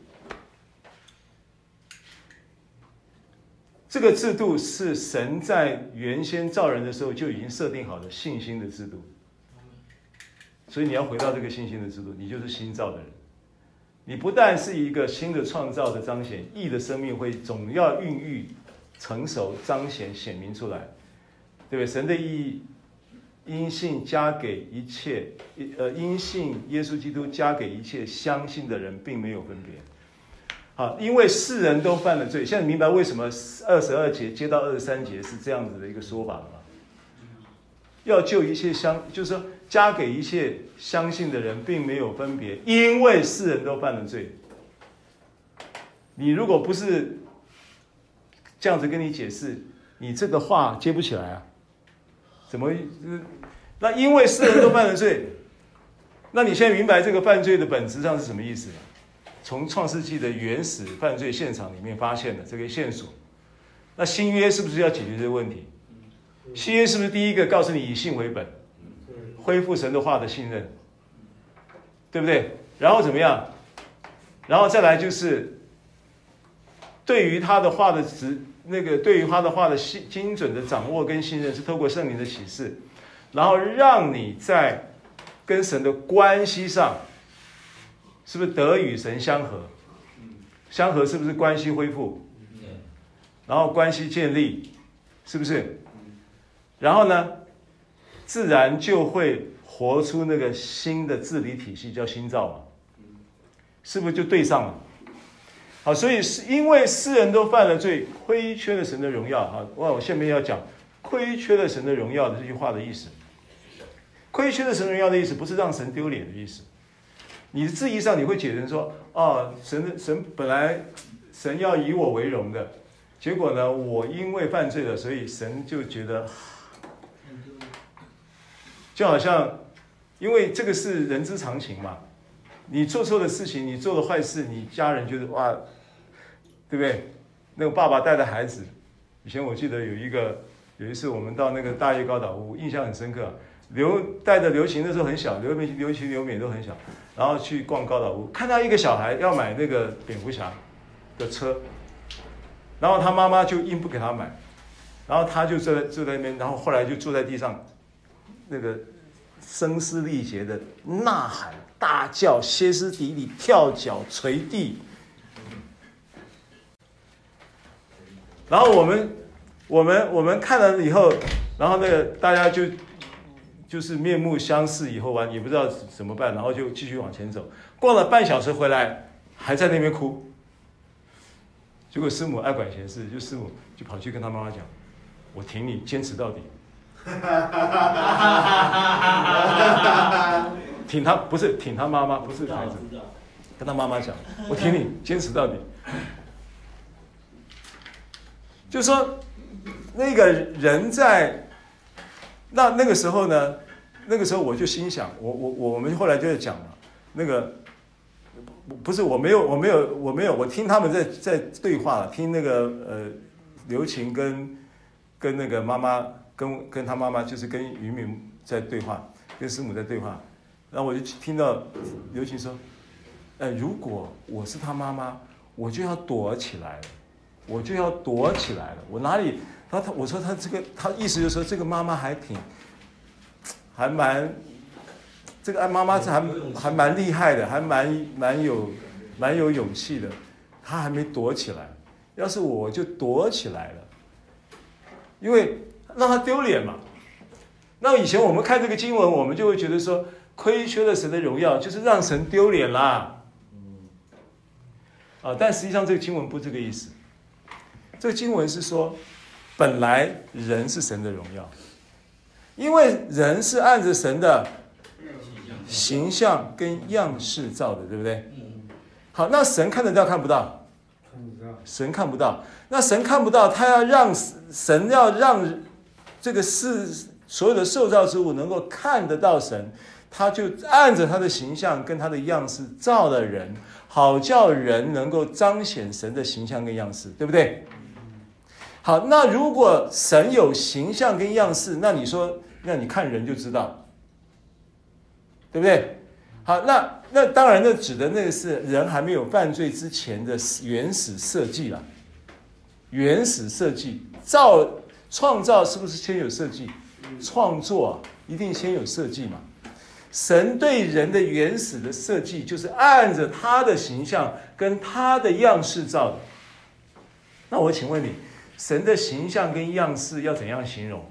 这个制度是神在原先造人的时候就已经设定好的信心的制度。所以你要回到这个信心的制度，你就是新造的人。你不但是一个新的创造的彰显，义的生命会总要孕育、成熟、彰显、显明出来，对不对？神的意义，因信加给一切，因信耶稣基督加给一切相信的人，并没有分别。好，因为世人都犯了罪，现在明白为什么22节接到23节是这样子的一个说法了吗？要救一切就是说加给一切相信的人，并没有分别，因为世人都犯了罪。你如果不是这样子跟你解释，你这个话接不起来啊？怎么？那因为世人都犯了罪，那你现在明白这个犯罪的本质上是什么意思吗？从创世纪的原始犯罪现场里面发现的这个线索，那新约是不是要解决这个问题？新约是不是第一个告诉你以信为本，恢复神的话的信任，对不对？然后怎么样？然后再来就是对于他的话的对于他的话的精准的掌握跟信任，是透过圣灵的启示，然后让你在跟神的关系上，是不是得与神相合？相合是不是关系恢复？然后关系建立，是不是？然后呢，自然就会活出那个新的治理体系，叫新造嘛，是不是就对上了？好，所以是因为世人都犯了罪，亏缺了神的荣耀啊！我下面要讲亏缺了神的荣耀的这句话的意思。亏缺了神荣耀的意思，不是让神丢脸的意思。你的字义上你会解成说，哦，神本来神要以我为荣的，结果呢，我因为犯罪了，所以神就觉得。就好像，因为这个是人之常情嘛，你做错的事情，你做的坏事，你家人觉得哇，对不对？那个爸爸带的孩子，以前我记得有一次我们到那个大叶高岛屋，印象很深刻。带着刘琴那时候很小，刘琴、刘美都很小，然后去逛高岛屋，看到一个小孩要买那个蝙蝠侠的车，然后他妈妈就硬不给他买，然后他就坐在那边，然后后来就坐在地上。那个声嘶力竭的呐喊、大叫、歇斯底里、跳脚、捶地，然后我们看了以后，然后那个大家就是面目相视以后啊，也不知道怎么办，然后就继续往前走。过了半小时回来，还在那边哭。结果师母爱管闲事，师母就跑去跟他妈妈讲：“我挺你，坚持到底。”挺他不是挺他妈妈，不是孩子，跟他妈妈讲，我挺你，坚持到底。就说那个人在那个时候呢，那个时候我就心想，我们后来就在讲了，那个不是我没有，我听他们在对话了，听那个刘琴跟那个妈妈。跟他妈妈就是跟于敏在对话，跟师母在对话，然后我就听到刘琴说：“如果我是他妈妈，我就要躲起来了，我哪里我说他这个，他意思就是说这个妈妈还蛮，这个妈妈还蛮厉害的，还蛮有勇气的，她还没躲起来。要是我就躲起来了，因为让她丢脸嘛。那以前我们看这个经文，我们就会觉得说，亏缺了神的荣耀，就是让神丢脸啦。但实际上这个经文不是这个意思。这个经文是说，本来人是神的荣耀，因为人是按着神的形象跟样式造的，对不对？好，那神看得到看不到？神看不到。那神看不到，他要让这个所有的受造之物能够看得到神，他就按着他的形象跟他的样式造了人，好叫人能够彰显神的形象跟样式，对不对？好，那如果神有形象跟样式，那你说，那你看人就知道，对不对？好，那当然，那指的那个是人还没有犯罪之前的原始设计啦。原始设计创造是不是先有设计？创作一定先有设计嘛。神对人的原始的设计，就是按着他的形象跟他的样式造的。那我请问你，神的形象跟样式要怎样形容？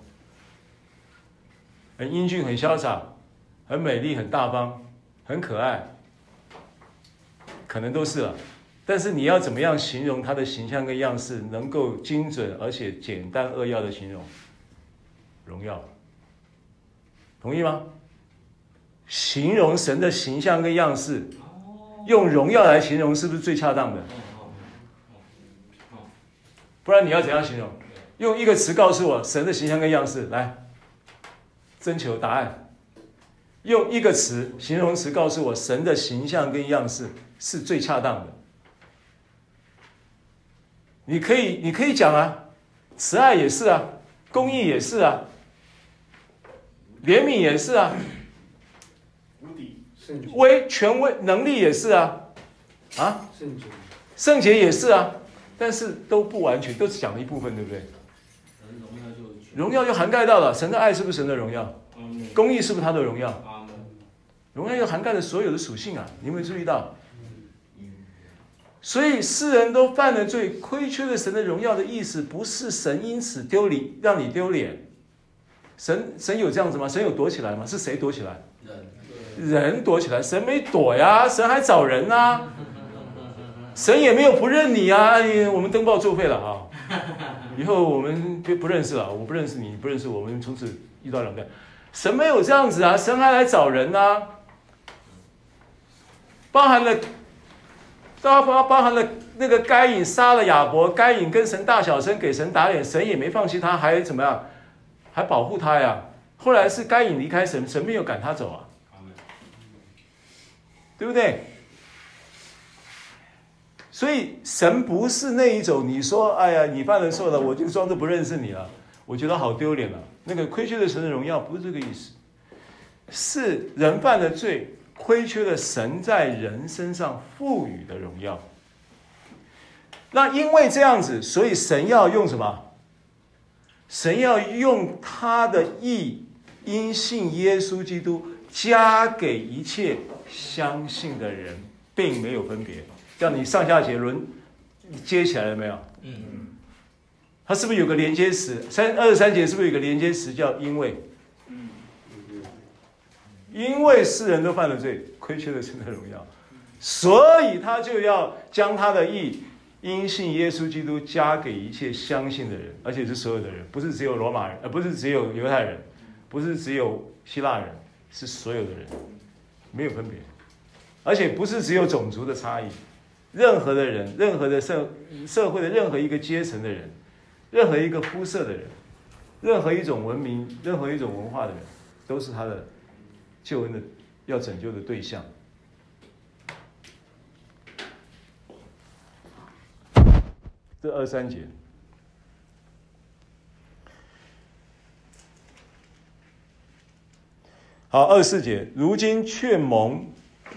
很英俊，很潇洒，很美丽，很大方，很可爱，可能都是了。但是你要怎么样形容他的形象跟样式，能够精准而且简单扼要的形容？荣耀，同意吗？形容神的形象跟样式，用荣耀来形容，是不是最恰当的？不然你要怎样形容？用一个词告诉我神的形象跟样式，来，征求答案。用一个词，形容词告诉我神的形象跟样式是最恰当的。你可以讲啊，慈爱也是啊，公义也是啊，怜悯也是啊，权威能力也是啊，圣洁也是啊，但是都不完全，都只讲了一部分，对不对？荣耀就涵盖到了，神的爱是不是神的荣耀？公义是不是他的荣耀？荣耀又涵盖了所有的属性啊，你有没有注意到？所以世人都犯了罪，亏缺了神的荣耀的意思，不是神因此让你丢脸。神有这样子吗？神有躲起来吗？是谁躲起来？人躲起来，神没躲呀，神还找人啊，神也没有不认你啊。我们登报作废了啊，以后我们不认识了，我不认识你，你不认识我们，从此一刀两断。神没有这样子啊，神还来找人啊，包含了那个该隐杀了亚伯，该隐跟神大小声给神打脸，神也没放弃他，还怎么样？还保护他呀。后来是该隐离开神，神没有赶他走啊，对不对？所以神不是那一种你说哎呀你犯了错了，我就装作不认识你了，我觉得好丢脸了。那个亏缺了神的荣耀不是这个意思，是人犯了罪，亏缺了神在人身上赋予的荣耀。那因为这样子，所以神要用什么？神要用他的义，因信耶稣基督加给一切相信的人，并没有分别。这样你上下节轮接起来了没有？它是不是有个连接词？23节是不是有个连接词叫因为？因为世人都犯了罪，亏缺了神的荣耀，所以他就要将他的义因信耶稣基督加给一切相信的人，而且是所有的人，不是只有罗马人，不是只有犹太人，不是只有希腊人，是所有的人，没有分别，而且不是只有种族的差异，任何的人，任何的社会的任何一个阶层的人，任何一个肤色的人，任何一种文明，任何一种文化的人，都是他的救恩的要拯救的对象。这23节，好，24节，如今却蒙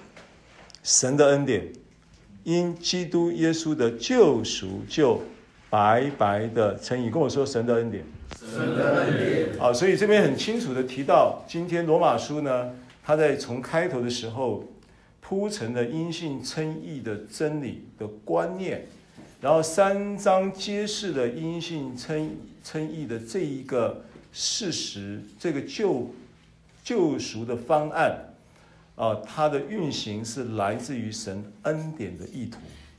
神的恩典，因基督耶稣的救赎，就白白的称义。跟我说神的恩典。 神的恩典。 啊，所以这边很清楚的提到，今天罗马书呢，他在从开头的时候铺陈了因信称义的真理的观念，然后3章揭示了因信称义的这一个事实，这个救赎的方案。它的运行是来自于神恩典的意图，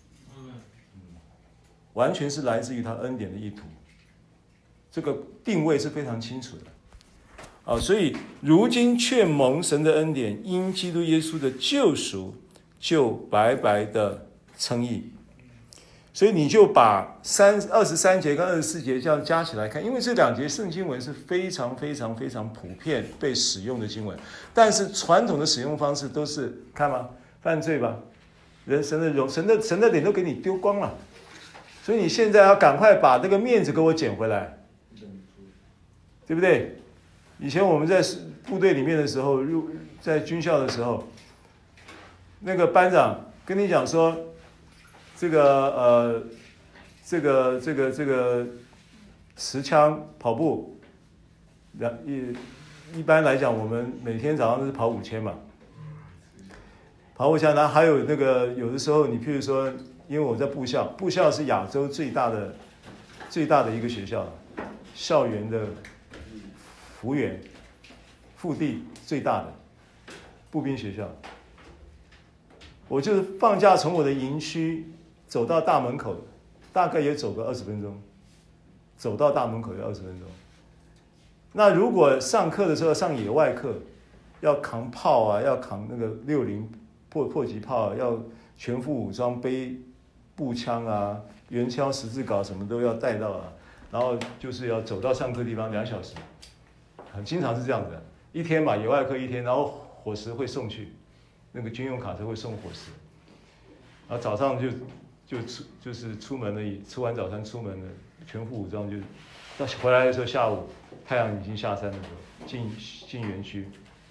完全是来自于他恩典的意图，这个定位是非常清楚的。所以如今却蒙神的恩典，因基督耶稣的救赎，就白白的称义。所以你就把23节跟24节这样加起来看，因为这2节圣经文是非常非常非常普遍被使用的经文，但是传统的使用方式都是看吗？犯罪吧，神的脸都给你丢光了，所以你现在要赶快把这个面子给我捡回来，对不对？以前我们在部队里面的时候，在军校的时候，那个班长跟你讲说，这个持枪跑步，一般来讲，我们每天早上都是跑5000嘛，跑5000，然后还有那个有的时候，你譬如说，因为我在部校是亚洲最大的一个学校，校园的腹地最大的步兵学校，我就是放假从我的营区走到大门口，大概也走个20分钟，走到大门口要20分钟。那如果上课的时候上野外课，要扛炮啊，要扛那个60迫击炮，要全副武装，背步枪啊、圆锹、十字镐什么都要带到啊，然后就是要走到上课地方2小时，很经常是这样子的，一天嘛，野外课1天，然后伙食会送去，那个军用卡车会送伙食，然后早上就是出门而已，吃完早餐出门了，全副武装就到回来的时候，下午太阳已经下山的时候，进园区。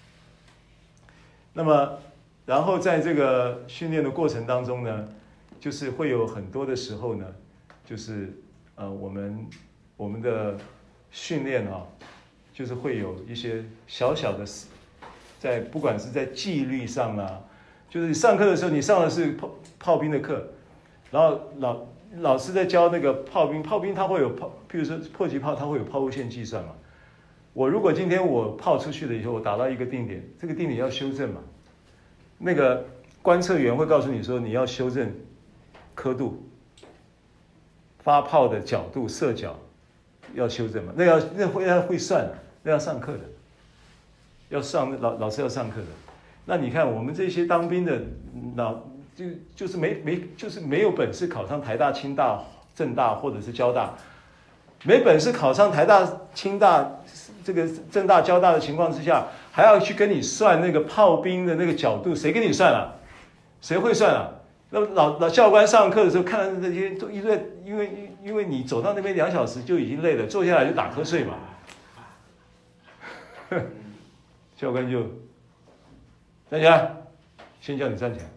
那么，然后在这个训练的过程当中呢，就是会有很多的时候呢，就是我们的训练就是会有一些小小的，不管是在纪律上啦，就是你上课的时候，你上的是炮兵的课，然后老师在教那个炮兵他会有譬如说迫击炮，他会有抛物线计算嘛。我如果今天我炮出去了以后，我打到一个定点，这个定点要修正嘛，那个观测员会告诉你说你要修正刻度、发炮的角度、射角要修正嘛，那会算的，那要上课的，要上老师要上课的。那你看我们这些当兵的就是没有本事考上台大、清大、政大或者是交大，没本事考上台大、清大、这个政大、交大的情况之下，还要去跟你算那个炮兵的那个角度，谁跟你算啊？谁会算啊？那老教官上课的时候看到这些都因为你走到那边2小时就已经累了，坐下来就打瞌睡嘛。教官就站起来，先叫你站起来。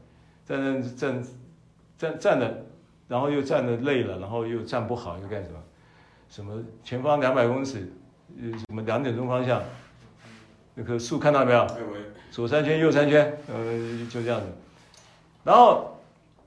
站了，然后又站得累了，然后又站不好，又干什么？什么前方200公尺，什么2点钟方向，那棵树看到没有？左3圈，右3圈，就这样子。然后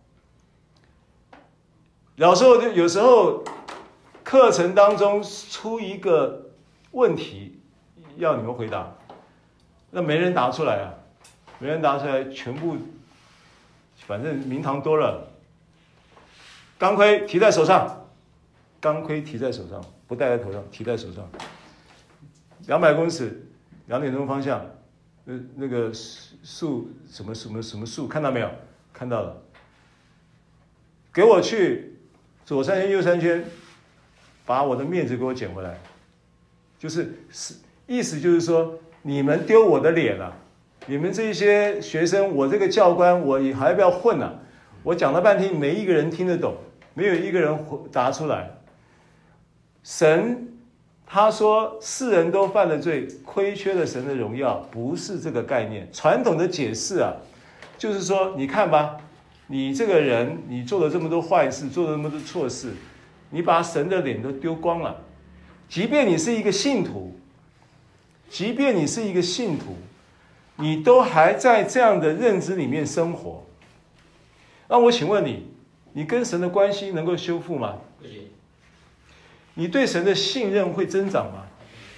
有时候课程当中出一个问题，要你们回答，那没人答出来啊，全部。反正名堂多了，钢盔提在手上，不戴在头上，提在手上。200公尺，2点钟方向，那个树什么树，看到没有？看到了。给我去左3圈右3圈，把我的面子给我捡回来。意思就是说，你们丢我的脸了。你们这些学生，我这个教官，我还要不要混啊？我讲了半天，没一个人听得懂，没有一个人答出来。神他说世人都犯了罪，亏缺了神的荣耀，不是这个概念。传统的解释就是说，你看吧，你这个人，你做了这么多坏事，做了这么多错事， 你把神的脸都丢光了。即便你是一个信徒，你都还在这样的认知里面生活。那我请问你，你跟神的关系能够修复吗？你对神的信任会增长吗？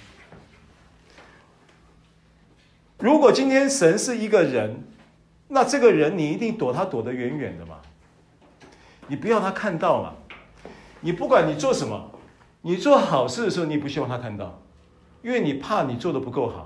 如果今天神是一个人，那这个人你一定躲他躲得远远的嘛，你不要他看到嘛。你不管你做什么，你做好事的时候，你不希望他看到，因为你怕你做得不够好。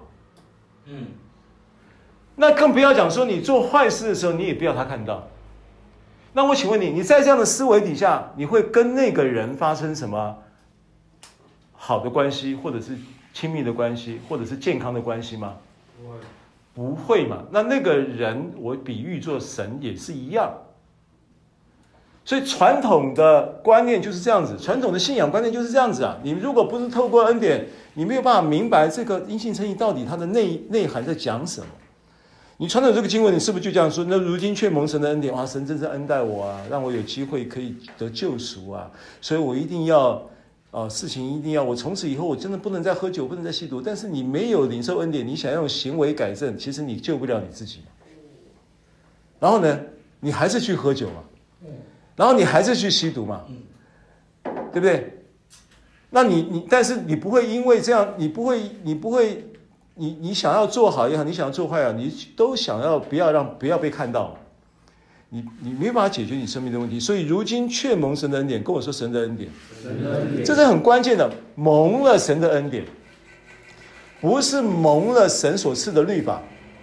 那更不要讲说你做坏事的时候，你也不要他看到。那我请问你，你在这样的思维底下，你会跟那个人发生什么好的关系，或者是亲密的关系，或者是健康的关系吗？不会嘛。那个人我比喻作神也是一样。所以传统的观念就是这样子，传统的信仰观念就是这样子啊。你如果不是透过恩典，你没有办法明白这个因信称义到底它的内涵在讲什么。你传统这个经文，你是不是就这样说？那如今却蒙神的恩典，哇，神真是恩待我啊，让我有机会可以得救赎啊，所以我一定要事情一定要，我从此以后我真的不能再喝酒，不能再吸毒。但是你没有领受恩典，你想要用行为改正，其实你救不了你自己。然后呢，你还是去喝酒嘛，然后你还是去吸毒嘛，对不对？那但是你不会因为这样，你不会，你想要做好也好，你想要做坏也好，你都想要不要被看到，你没有办法解决你生命的问题。所以如今却蒙神的恩典，跟我说神的恩典，这是很关键的，蒙了神的恩典，不是蒙了神所赐的律法。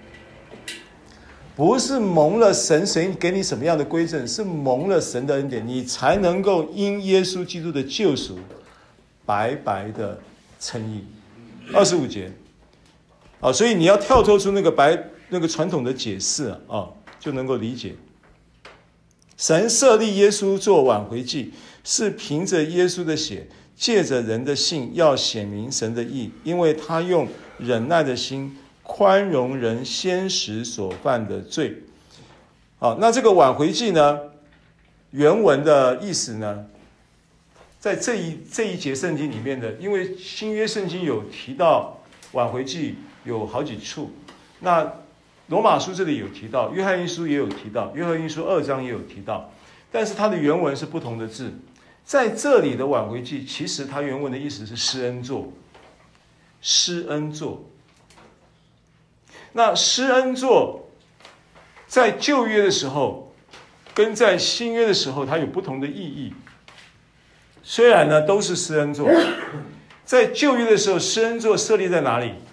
不是蒙了神给你什么样的规正，是蒙了神的恩典，你才能够因耶稣基督的救赎白白的称义。25节所以你要跳脱出那个传统的解释就能够理解。神设立耶稣做挽回祭，是凭着耶稣的血，借着人的信，要显明神的义，因为他用忍耐的心宽容人先时所犯的罪。那这个挽回祭呢，原文的意思呢，在这一节圣经里面的，因为新约圣经有提到挽回祭有好几处，那罗马书这里有提到，约翰一书也有提到，约翰一书2章也有提到，但是它的原文是不同的字。在这里的挽回祭，其实它原文的意思是施恩座，施恩座。那施恩座在旧约的时候跟在新约的时候它有不同的意义。虽然呢都是施恩座，在旧约的时候施恩座设立在哪里？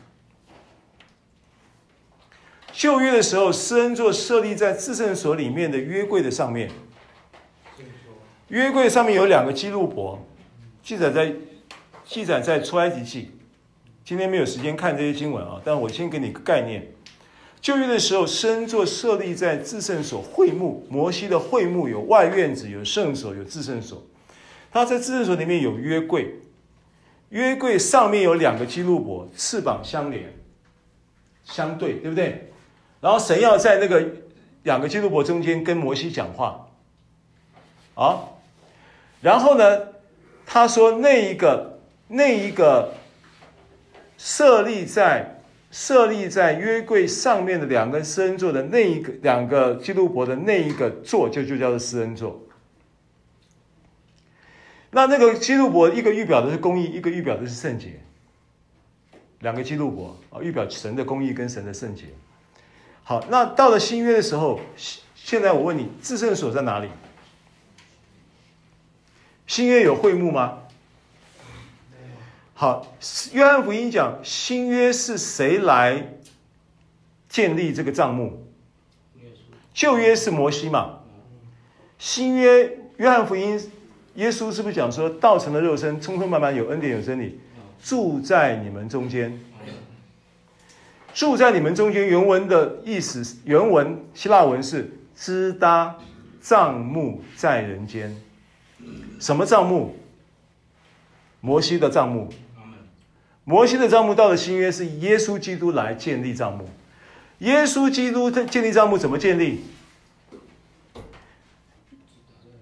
旧约的时候施恩座设立在至圣所里面的约柜的上面，约柜上面有2个基路伯，记载在出埃及记。今天没有时间看这些经文但我先给你一个概念。旧约的时候，施恩座设立在至圣所会幕，摩西的会幕有外院子，有圣所，有至圣所。他在至圣所里面有约柜，约柜上面有2个基路伯，翅膀相连，相对，对不对？然后神要在那个2个基路伯中间跟摩西讲话，然后呢，他说那一个设立在约柜上面的2个施恩座的2个基路伯的那一个座就叫做施恩座。那个基路伯一个预表的是公义，一个预表的是圣洁。2个基路伯预表神的公义跟神的圣洁。好，那到了新约的时候，现在我问你，至圣所在哪里？新约有会幕吗？好，约翰福音讲新约是谁来建立这个帐幕？旧约是摩西嘛？新约约翰福音耶稣是不是讲说道成了肉身，充充满满，有恩典有真理，住在你们中间？住在你们中间原文的意思，原文希腊文是支搭帐幕在人间。什么帐幕？摩西的帐幕。摩西的帐幕到了新约是耶稣基督来建立帐幕。耶稣基督建立帐幕怎么建立？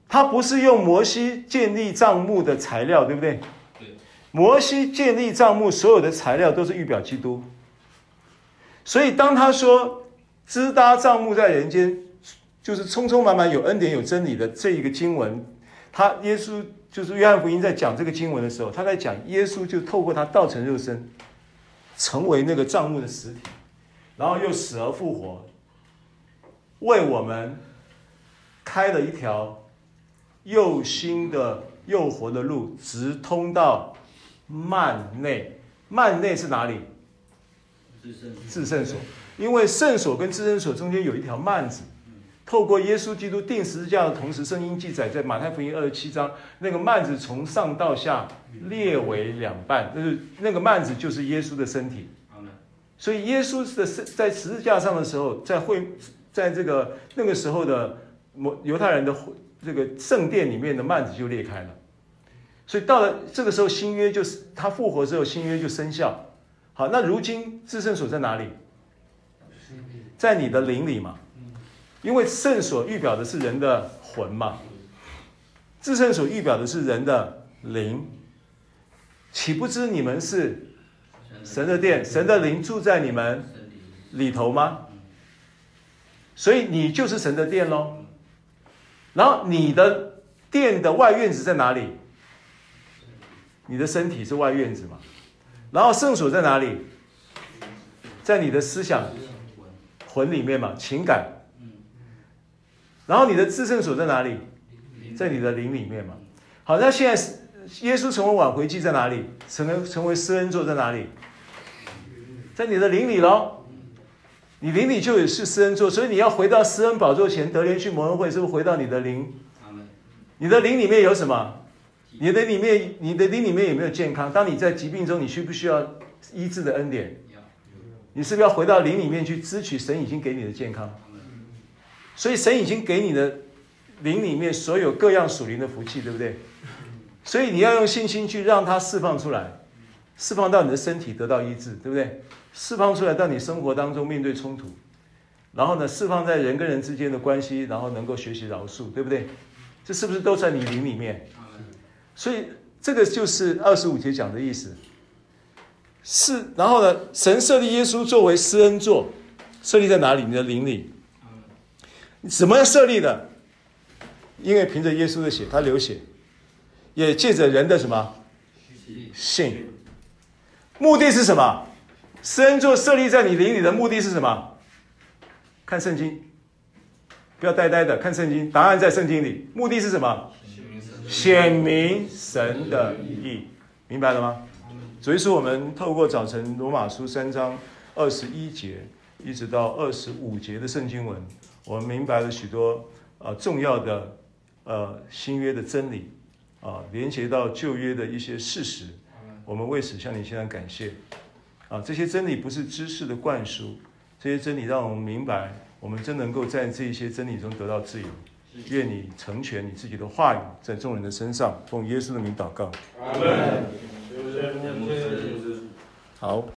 他不是用摩西建立帐幕的材料，对不对？ 对。 摩西建立帐幕所有的材料都是预表基督。所以当他说支搭帐幕在人间，就是充充满满有恩典有真理的这一个经文，耶稣就是约翰福音在讲这个经文的时候，他在讲耶稣就透过他道成肉身，成为那个帐幕的实体，然后又死而复活，为我们开了一条又新的又活的路，直通到幔内。幔内是哪里？至圣所。因为圣所跟至圣所中间有一条幔子，透过耶稣基督钉十字架的同时，圣经记载在马太福音27章，那个幔子从上到下裂为两半，就是那个幔子就是耶稣的身体。所以耶稣在十字架上的时候，在这个那个时候的犹太人的这个圣殿里面的幔子就裂开了。所以到了这个时候，新约就是他复活之后，新约就生效。好，那如今至圣所在哪里？在你的灵里嘛。因为圣所预表的是人的魂嘛，至圣所预表的是人的灵。岂不知你们是神的殿，神的灵住在你们里头吗？所以你就是神的殿咯。然后你的殿的外院子在哪里？你的身体是外院子嘛。然后圣所在哪里？在你的思想魂里面嘛，情感。然后你的至圣所在哪里？在你的灵里面嘛。好，那现在耶稣成为挽回祭在哪里？成为施恩座在哪里？在你的灵里咯。你灵里就有是施恩座，所以你要回到施恩宝座前得连续蒙恩会，是不是回到你的灵？你的灵里面有什么？你的灵里面有没有健康？当你在疾病中，你需不需要医治的恩典？你是不是要回到灵里面去支取神已经给你的健康？所以神已经给你的灵里面所有各样属灵的福气，对不对？所以你要用信心去让它释放出来，释放到你的身体得到医治，对不对？释放出来到你生活当中面对冲突，然后呢，释放在人跟人之间的关系，然后能够学习饶恕，对不对？这是不是都在你灵里面？所以这个就是25节讲的意思。是，然后呢，神设立耶稣作为施恩座，设立在哪里？你的灵里。怎么样设立的？因为凭着耶稣的血，他流血，也借着人的什么信。目的是什么？施恩座设立在你灵里的目的是什么？看圣经，不要呆呆的看圣经，答案在圣经里。目的是什么？显明神的义，明白了吗？所以说，我们透过早晨罗马书3章21节一直到25节的圣经文，我们明白了许多重要的新约的真理连接到旧约的一些事实，我们为此向你献上感谢这些真理不是知识的灌输，这些真理让我们明白，我们真能够在这些真理中得到自由。愿你成全你自己的话语在众人的身上，奉耶稣的名祷告。 阿们。好。